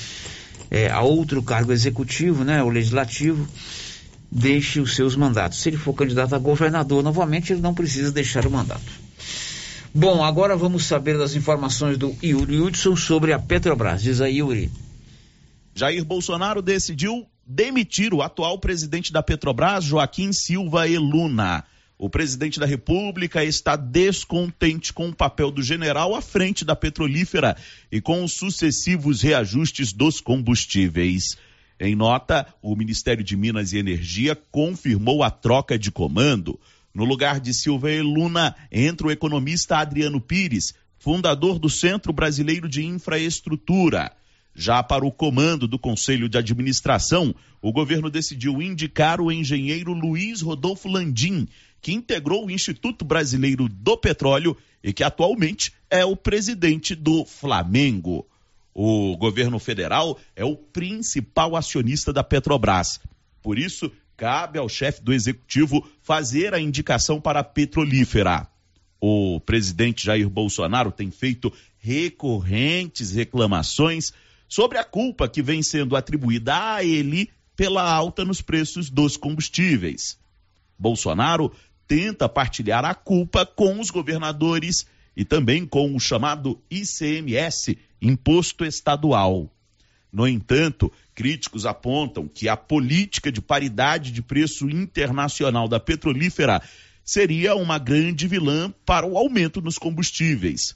é, a outro cargo executivo, né, o legislativo, deixe os seus mandatos. Se ele for candidato a governador novamente, ele não precisa deixar o mandato. Bom, agora vamos saber das informações do Yuri Hudson sobre a Petrobras. Diz aí, Yuri. Jair Bolsonaro decidiu demitir o atual presidente da Petrobras, Joaquim Silva e Luna. O presidente da República está descontente com o papel do general à frente da petrolífera e com os sucessivos reajustes dos combustíveis. Em nota, o Ministério de Minas e Energia confirmou a troca de comando. No lugar de Silva e Luna entra o economista Adriano Pires, fundador do Centro Brasileiro de Infraestrutura. Já para o comando do Conselho de Administração, o governo decidiu indicar o engenheiro Luiz Rodolfo Landim, que integrou o Instituto Brasileiro do Petróleo e que atualmente é o presidente do Flamengo. O governo federal é o principal acionista da Petrobras. Por isso, cabe ao chefe do executivo fazer a indicação para a petrolífera. O presidente Jair Bolsonaro tem feito recorrentes reclamações sobre a culpa que vem sendo atribuída a ele pela alta nos preços dos combustíveis. Bolsonaro tenta partilhar a culpa com os governadores e também com o chamado I C M S, Imposto Estadual. No entanto, críticos apontam que a política de paridade de preço internacional da petrolífera seria uma grande vilã para o aumento nos combustíveis.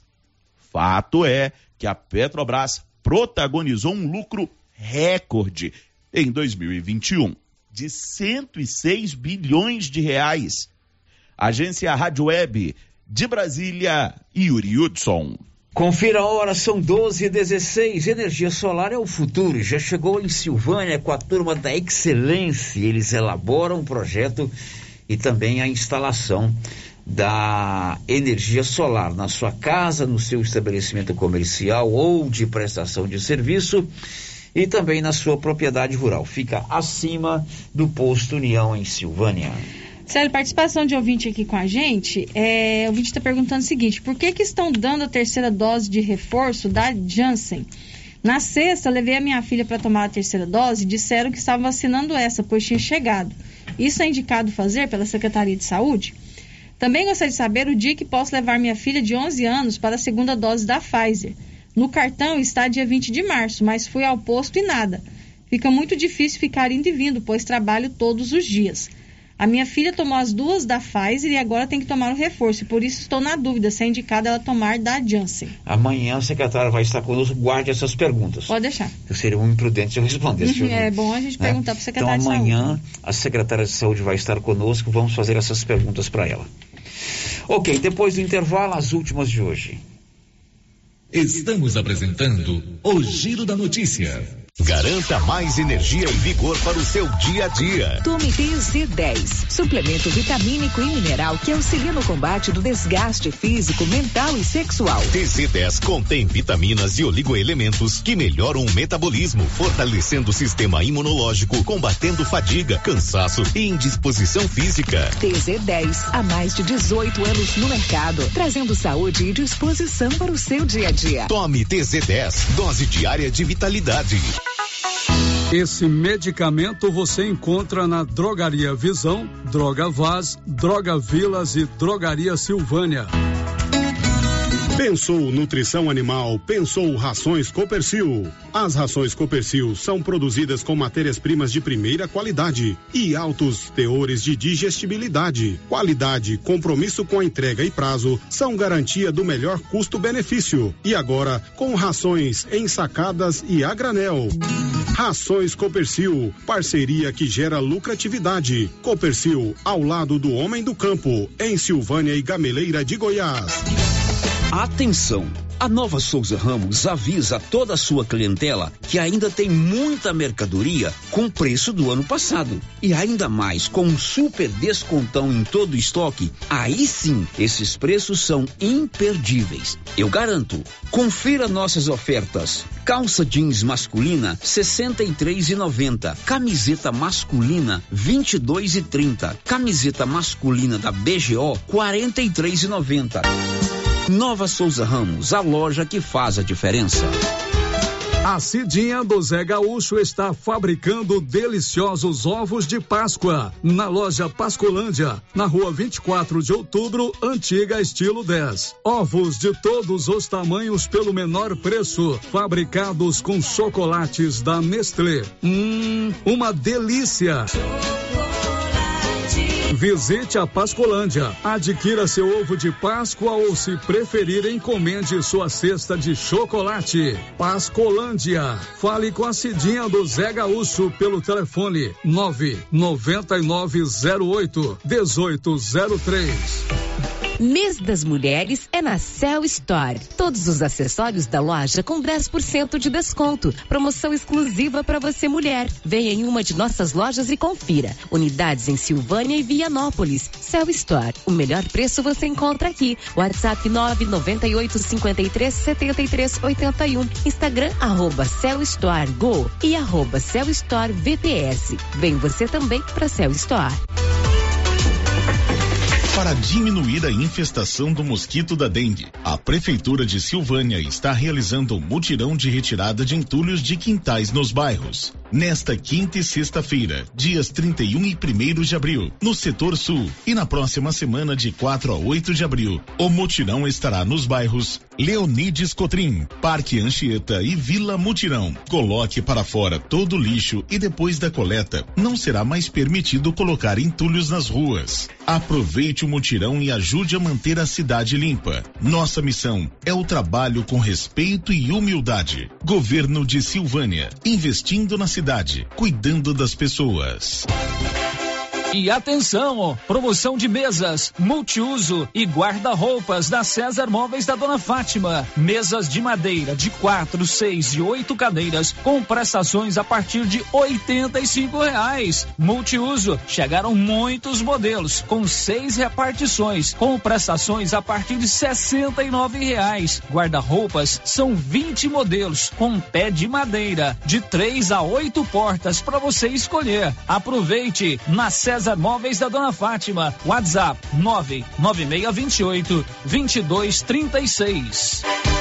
Fato é que a Petrobras protagonizou um lucro recorde em dois mil e vinte e um, de cento e seis bilhões de reais. Agência Rádio Web, de Brasília, Yuri Hudson. Confira a hora, são doze e dezesseis. Energia solar é o futuro. Já chegou em Silvânia com a turma da Excelência. Eles elaboram o projeto e também a instalação da energia solar na sua casa, no seu estabelecimento comercial ou de prestação de serviço e também na sua propriedade rural. Fica acima do posto União em Silvânia. Célio, participação de ouvinte aqui com a gente. É, o ouvinte está perguntando o seguinte: por que que estão dando a terceira dose de reforço da Janssen? Na sexta, levei a minha filha para tomar a terceira dose e disseram que estavam vacinando essa, pois tinha chegado. Isso é indicado fazer pela Secretaria de Saúde? Também gostaria de saber o dia que posso levar minha filha de onze anos para a segunda dose da Pfizer. No cartão está dia vinte de março, mas fui ao posto e nada. Fica muito difícil ficar indo e vindo, pois trabalho todos os dias. A minha filha tomou as duas da Pfizer e agora tem que tomar o reforço. Por isso estou na dúvida se é indicado ela tomar da Janssen. Amanhã a secretária vai estar conosco. Guarde essas perguntas. Pode deixar. Eu seria um imprudente se eu respondesse. Uhum, é bom a gente né? perguntar para o secretário então, amanhã, de saúde. Então amanhã a secretária de saúde vai estar conosco. Vamos fazer essas perguntas para ela. Ok, depois do intervalo, as últimas de hoje. Estamos apresentando o Giro da Notícia. Garanta mais energia e vigor para o seu dia a dia. Tome T Z dez, suplemento vitamínico e mineral que auxilia no combate do desgaste físico, mental e sexual. T Z dez contém vitaminas e oligoelementos que melhoram o metabolismo, fortalecendo o sistema imunológico, combatendo fadiga, cansaço e indisposição física. T Z dez, há mais de dezoito anos no mercado, trazendo saúde e disposição para o seu dia a dia. Tome T Z dez, dose diária de vitalidade. Esse medicamento você encontra na Drogaria Visão, Droga Vaz, Droga Vilas e Drogaria Silvânia. Pensou nutrição animal, pensou rações Copercil. As rações Copercil são produzidas com matérias-primas de primeira qualidade e altos teores de digestibilidade. Qualidade, compromisso com a entrega e prazo são garantia do melhor custo-benefício. E agora, com rações ensacadas e a granel. Rações Copercil, parceria que gera lucratividade. Copercil, ao lado do homem do campo, em Silvânia e Gameleira de Goiás. Atenção! A Nova Souza Ramos avisa toda a sua clientela que ainda tem muita mercadoria com preço do ano passado. E ainda mais, com um super descontão em todo o estoque, aí sim, esses preços são imperdíveis. Eu garanto. Confira nossas ofertas. Calça jeans masculina, sessenta e três reais e noventa centavos. Camiseta masculina, vinte e dois reais e trinta centavos. Camiseta masculina da B G O, quarenta e três reais e noventa centavos. Nova Souza Ramos, a loja que faz a diferença. A Cidinha do Zé Gaúcho está fabricando deliciosos ovos de Páscoa na loja Pascolândia, na rua vinte e quatro de outubro, antiga estilo dez. Ovos de todos os tamanhos pelo menor preço, fabricados com chocolates da Nestlé. Hum, uma delícia! Visite a Pascolândia, adquira seu ovo de Páscoa ou, se preferir, encomende sua cesta de chocolate. Pascolândia, fale com a Cidinha do Zé Gaúcho pelo telefone nove nove nove zero oito um oito zero três. Mês das Mulheres é na Cell Store. Todos os acessórios da loja com dez por cento de desconto. Promoção exclusiva para você, mulher. Venha em uma de nossas lojas e confira. Unidades em Silvânia e Vianópolis. Cell Store. O melhor preço você encontra aqui. WhatsApp nove nove oito cinco três sete três oito um. Instagram arroba Cell Store Go e arroba Cell Store V P S. Vem você também para Cell Store. Para diminuir a infestação do mosquito da dengue, a Prefeitura de Silvânia está realizando um mutirão de retirada de entulhos de quintais nos bairros. Nesta quinta e sexta-feira, dias trinta e um e primeiro de abril, no setor sul, e na próxima semana de quatro a oito de abril, o mutirão estará nos bairros Leonides Cotrim, Parque Anchieta e Vila Mutirão. Coloque para fora todo o lixo e depois da coleta, não será mais permitido colocar entulhos nas ruas. Aproveite o mutirão e ajude a manter a cidade limpa. Nossa missão é o trabalho com respeito e humildade. Governo de Silvânia, investindo na cidade, cuidando das pessoas. E atenção, promoção de mesas, multiuso e guarda-roupas da César Móveis da Dona Fátima. Mesas de madeira de quatro, seis e oito cadeiras com prestações a partir de oitenta e cinco reais. Multiuso, chegaram muitos modelos com seis repartições com prestações a partir de sessenta e nove reais. Guarda-roupas são vinte modelos com pé de madeira de três a oito portas para você escolher. Aproveite na César Móveis da Dona Fátima. WhatsApp nove nove seis dois oito dois dois três seis.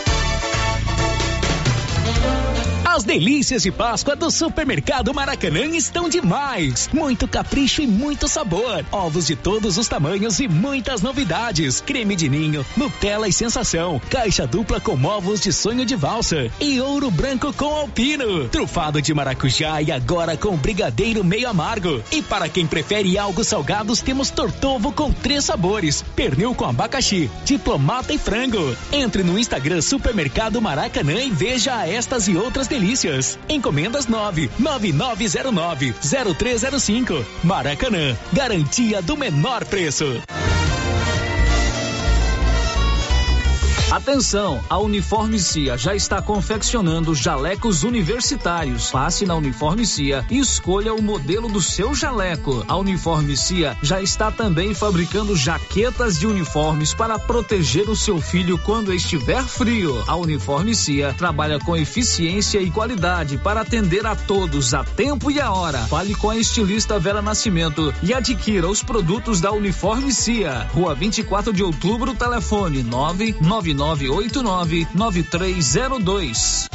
As delícias de Páscoa do Supermercado Maracanã estão demais. Muito capricho e muito sabor. Ovos de todos os tamanhos e muitas novidades. Creme de ninho, Nutella e sensação. Caixa dupla com ovos de sonho de valsa. E ouro branco com alpino. Trufado de maracujá e agora com brigadeiro meio amargo. E para quem prefere algo salgados, temos tortovo com três sabores. Pernil com abacaxi, diplomata e frango. Entre no Instagram Supermercado Maracanã e veja estas e outras delícias. Encomendas nove nove nove zero nove zero três zero cinco. Maracanã, garantia do menor preço. Atenção, a Uniforme Cia já está confeccionando jalecos universitários. Passe na Uniforme Cia e escolha o modelo do seu jaleco. A Uniforme Cia já está também fabricando jaquetas de uniformes para proteger o seu filho quando estiver frio. A Uniforme Cia trabalha com eficiência e qualidade para atender a todos a tempo e a hora. Fale com a estilista Vera Nascimento e adquira os produtos da Uniforme Cia. Rua vinte e quatro de outubro, telefone nove nove nove oito nove nove três zero dois.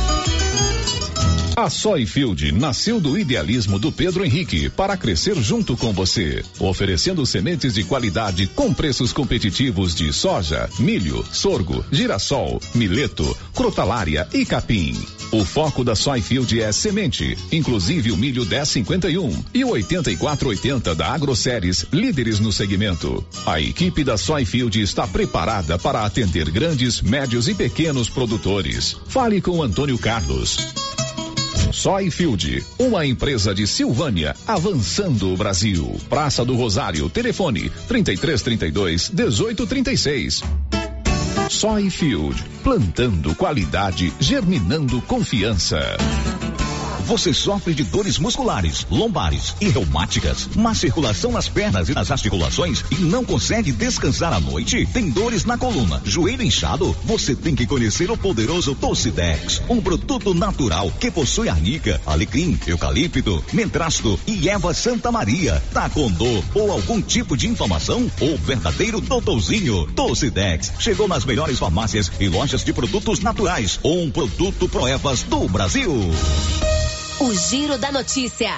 A Soyfield nasceu do idealismo do Pedro Henrique para crescer junto com você, oferecendo sementes de qualidade com preços competitivos de soja, milho, sorgo, girassol, mileto, crotalária e capim. O foco da Soyfield é semente, inclusive o milho dez cinquenta e um e o oitenta e quatro oitenta da Agroceres, líderes no segmento. A equipe da Soyfield está preparada para atender grandes, médios e pequenos produtores. Fale com Antônio Carlos. Soyfield, uma empresa de Silvânia, avançando o Brasil. Praça do Rosário, telefone trinta e três, trinta e dois, dezoito, trinta e seis. Soyfield, plantando qualidade, germinando confiança. Você sofre de dores musculares, lombares e reumáticas, má circulação nas pernas e nas articulações e não consegue descansar à noite? Tem dores na coluna, joelho inchado? Você tem que conhecer o poderoso Tocidex, um produto natural que possui arnica, alecrim, eucalipto, mentrasto e erva Santa Maria. Tá com dor ou algum tipo de inflamação? O verdadeiro doutorzinho Tocidex chegou nas melhores farmácias e lojas de produtos naturais. Um produto Proevas do Brasil. O Giro da Notícia.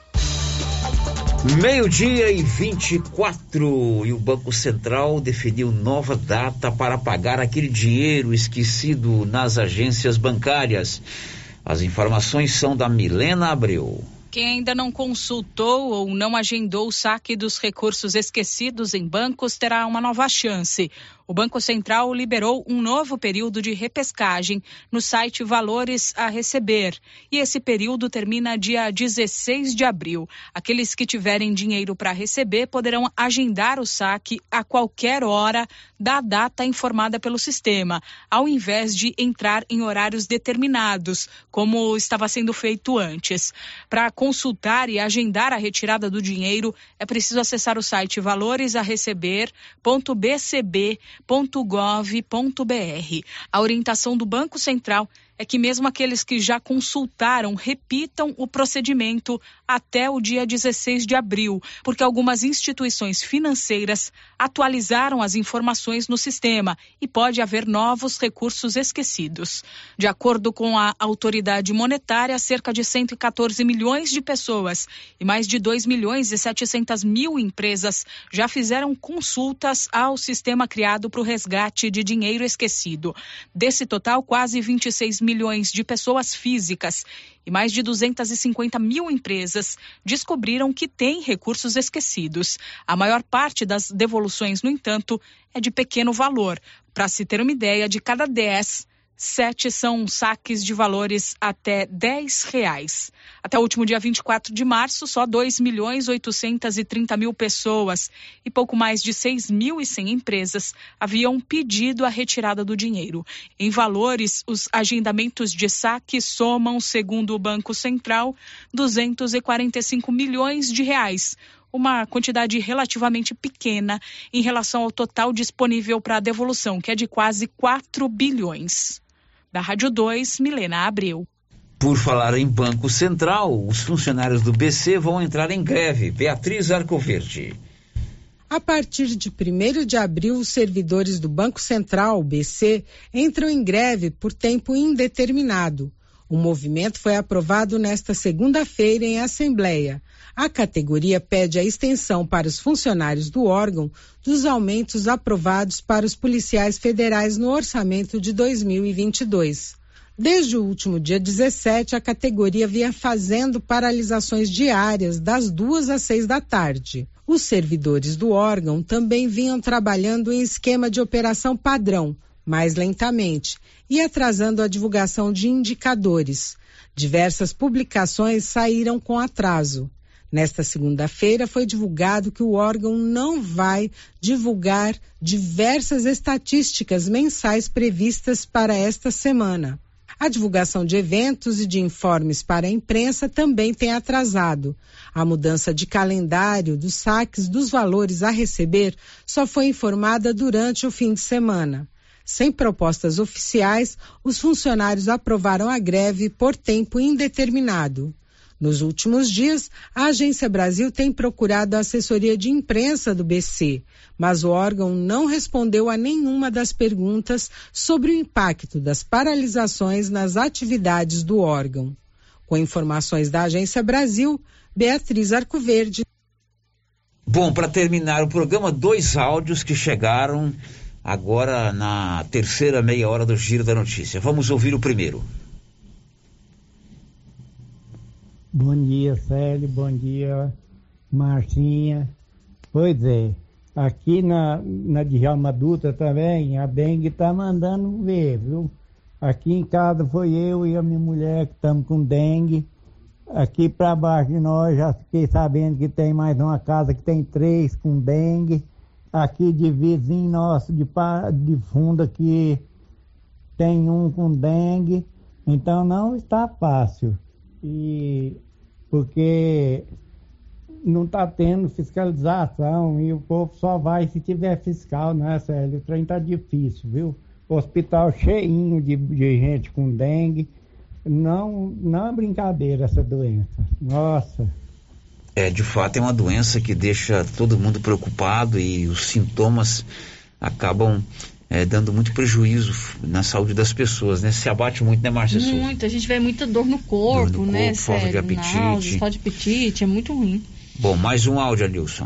Meio-dia e vinte e quatro, e o Banco Central definiu nova data para pagar aquele dinheiro esquecido nas agências bancárias. As informações são da Milena Abreu. Quem ainda não consultou ou não agendou o saque dos recursos esquecidos em bancos terá uma nova chance. O Banco Central liberou um novo período de repescagem no site Valores a Receber. E esse período termina dia dezesseis de abril. Aqueles que tiverem dinheiro para receber poderão agendar o saque a qualquer hora da data informada pelo sistema, ao invés de entrar em horários determinados, como estava sendo feito antes. Para consultar e agendar a retirada do dinheiro, é preciso acessar o site valores a receber ponto b c b ponto gov ponto b r. A orientação do Banco Central é que mesmo aqueles que já consultaram repitam o procedimento até o dia dezesseis de abril, porque algumas instituições financeiras atualizaram as informações no sistema e pode haver novos recursos esquecidos. De acordo com a autoridade monetária, cerca de cento e quatorze milhões de pessoas e mais de dois milhões e setecentas mil empresas já fizeram consultas ao sistema criado para o resgate de dinheiro esquecido. Desse total, quase vinte e seis milhões de pessoas físicas e mais de duzentas e cinquenta mil empresas descobriram que têm recursos esquecidos. A maior parte das devoluções, no entanto, é de pequeno valor. Para se ter uma ideia, de cada dez, sete são saques de valores até dez reais. Até o último dia vinte e quatro de março, só dois milhões oitocentas e trinta mil pessoas e pouco mais de seis mil e cem empresas haviam pedido a retirada do dinheiro. Em valores, os agendamentos de saque somam, segundo o Banco Central, duzentos e quarenta e cinco milhões de reais. Uma quantidade relativamente pequena em relação ao total disponível para a devolução, que é de quase quatro bilhões. Da Rádio dois, Milena Abreu. Por falar em Banco Central, os funcionários do B C vão entrar em greve. Beatriz Arcoverde. A partir de primeiro de abril, os servidores do Banco Central, B C, entram em greve por tempo indeterminado. O movimento foi aprovado nesta segunda-feira em Assembleia. A categoria pede a extensão para os funcionários do órgão dos aumentos aprovados para os policiais federais no orçamento de dois mil e vinte e dois. Desde o último dia dezessete, a categoria vinha fazendo paralisações diárias das duas às seis da tarde. Os servidores do órgão também vinham trabalhando em esquema de operação padrão, mais lentamente, e atrasando a divulgação de indicadores. Diversas publicações saíram com atraso. Nesta segunda-feira foi divulgado que o órgão não vai divulgar diversas estatísticas mensais previstas para esta semana. A divulgação de eventos e de informes para a imprensa também tem atrasado. A mudança de calendário dos saques dos valores a receber só foi informada durante o fim de semana. Sem propostas oficiais, os funcionários aprovaram a greve por tempo indeterminado. Nos últimos dias, a Agência Brasil tem procurado a assessoria de imprensa do B C, mas o órgão não respondeu a nenhuma das perguntas sobre o impacto das paralisações nas atividades do órgão. Com informações da Agência Brasil, Beatriz Arcoverde. Bom, para terminar o programa, dois áudios que chegaram agora na terceira meia hora do Giro da Notícia. Vamos ouvir o primeiro. Bom dia, Célio. Bom dia, Marcinha. Pois é, aqui na, na Djalma Dutra também, a dengue tá mandando ver, viu? Aqui em casa foi eu e a minha mulher que estamos com dengue. Aqui para baixo de nós já fiquei sabendo que tem mais uma casa que tem três com dengue. Aqui de vizinho nosso de, de fundo aqui tem um com dengue. Então não está fácil. E porque não está tendo fiscalização e o povo só vai se tiver fiscal, né, Célio? O trem está difícil, viu? O hospital cheinho de, de gente com dengue. Não, não é brincadeira essa doença. Nossa. É, de fato é uma doença que deixa todo mundo preocupado e os sintomas acabam É, dando muito prejuízo na saúde das pessoas, né? Se abate muito, né, Márcia Souza? Muito, a gente vê muita dor no corpo, dor no né? Corpo, falta de apetite. Náuseas, falta de apetite, é muito ruim. Bom, mais um áudio, Nilson.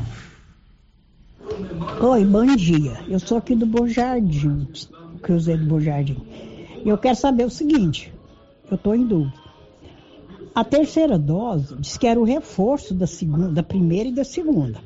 Oi, bom dia. Eu sou aqui do Bom Jardim, Cruzeiro do Bom Jardim. E eu quero saber o seguinte, eu estou em dúvida. A terceira dose diz que era o reforço da segunda, da primeira e da segunda.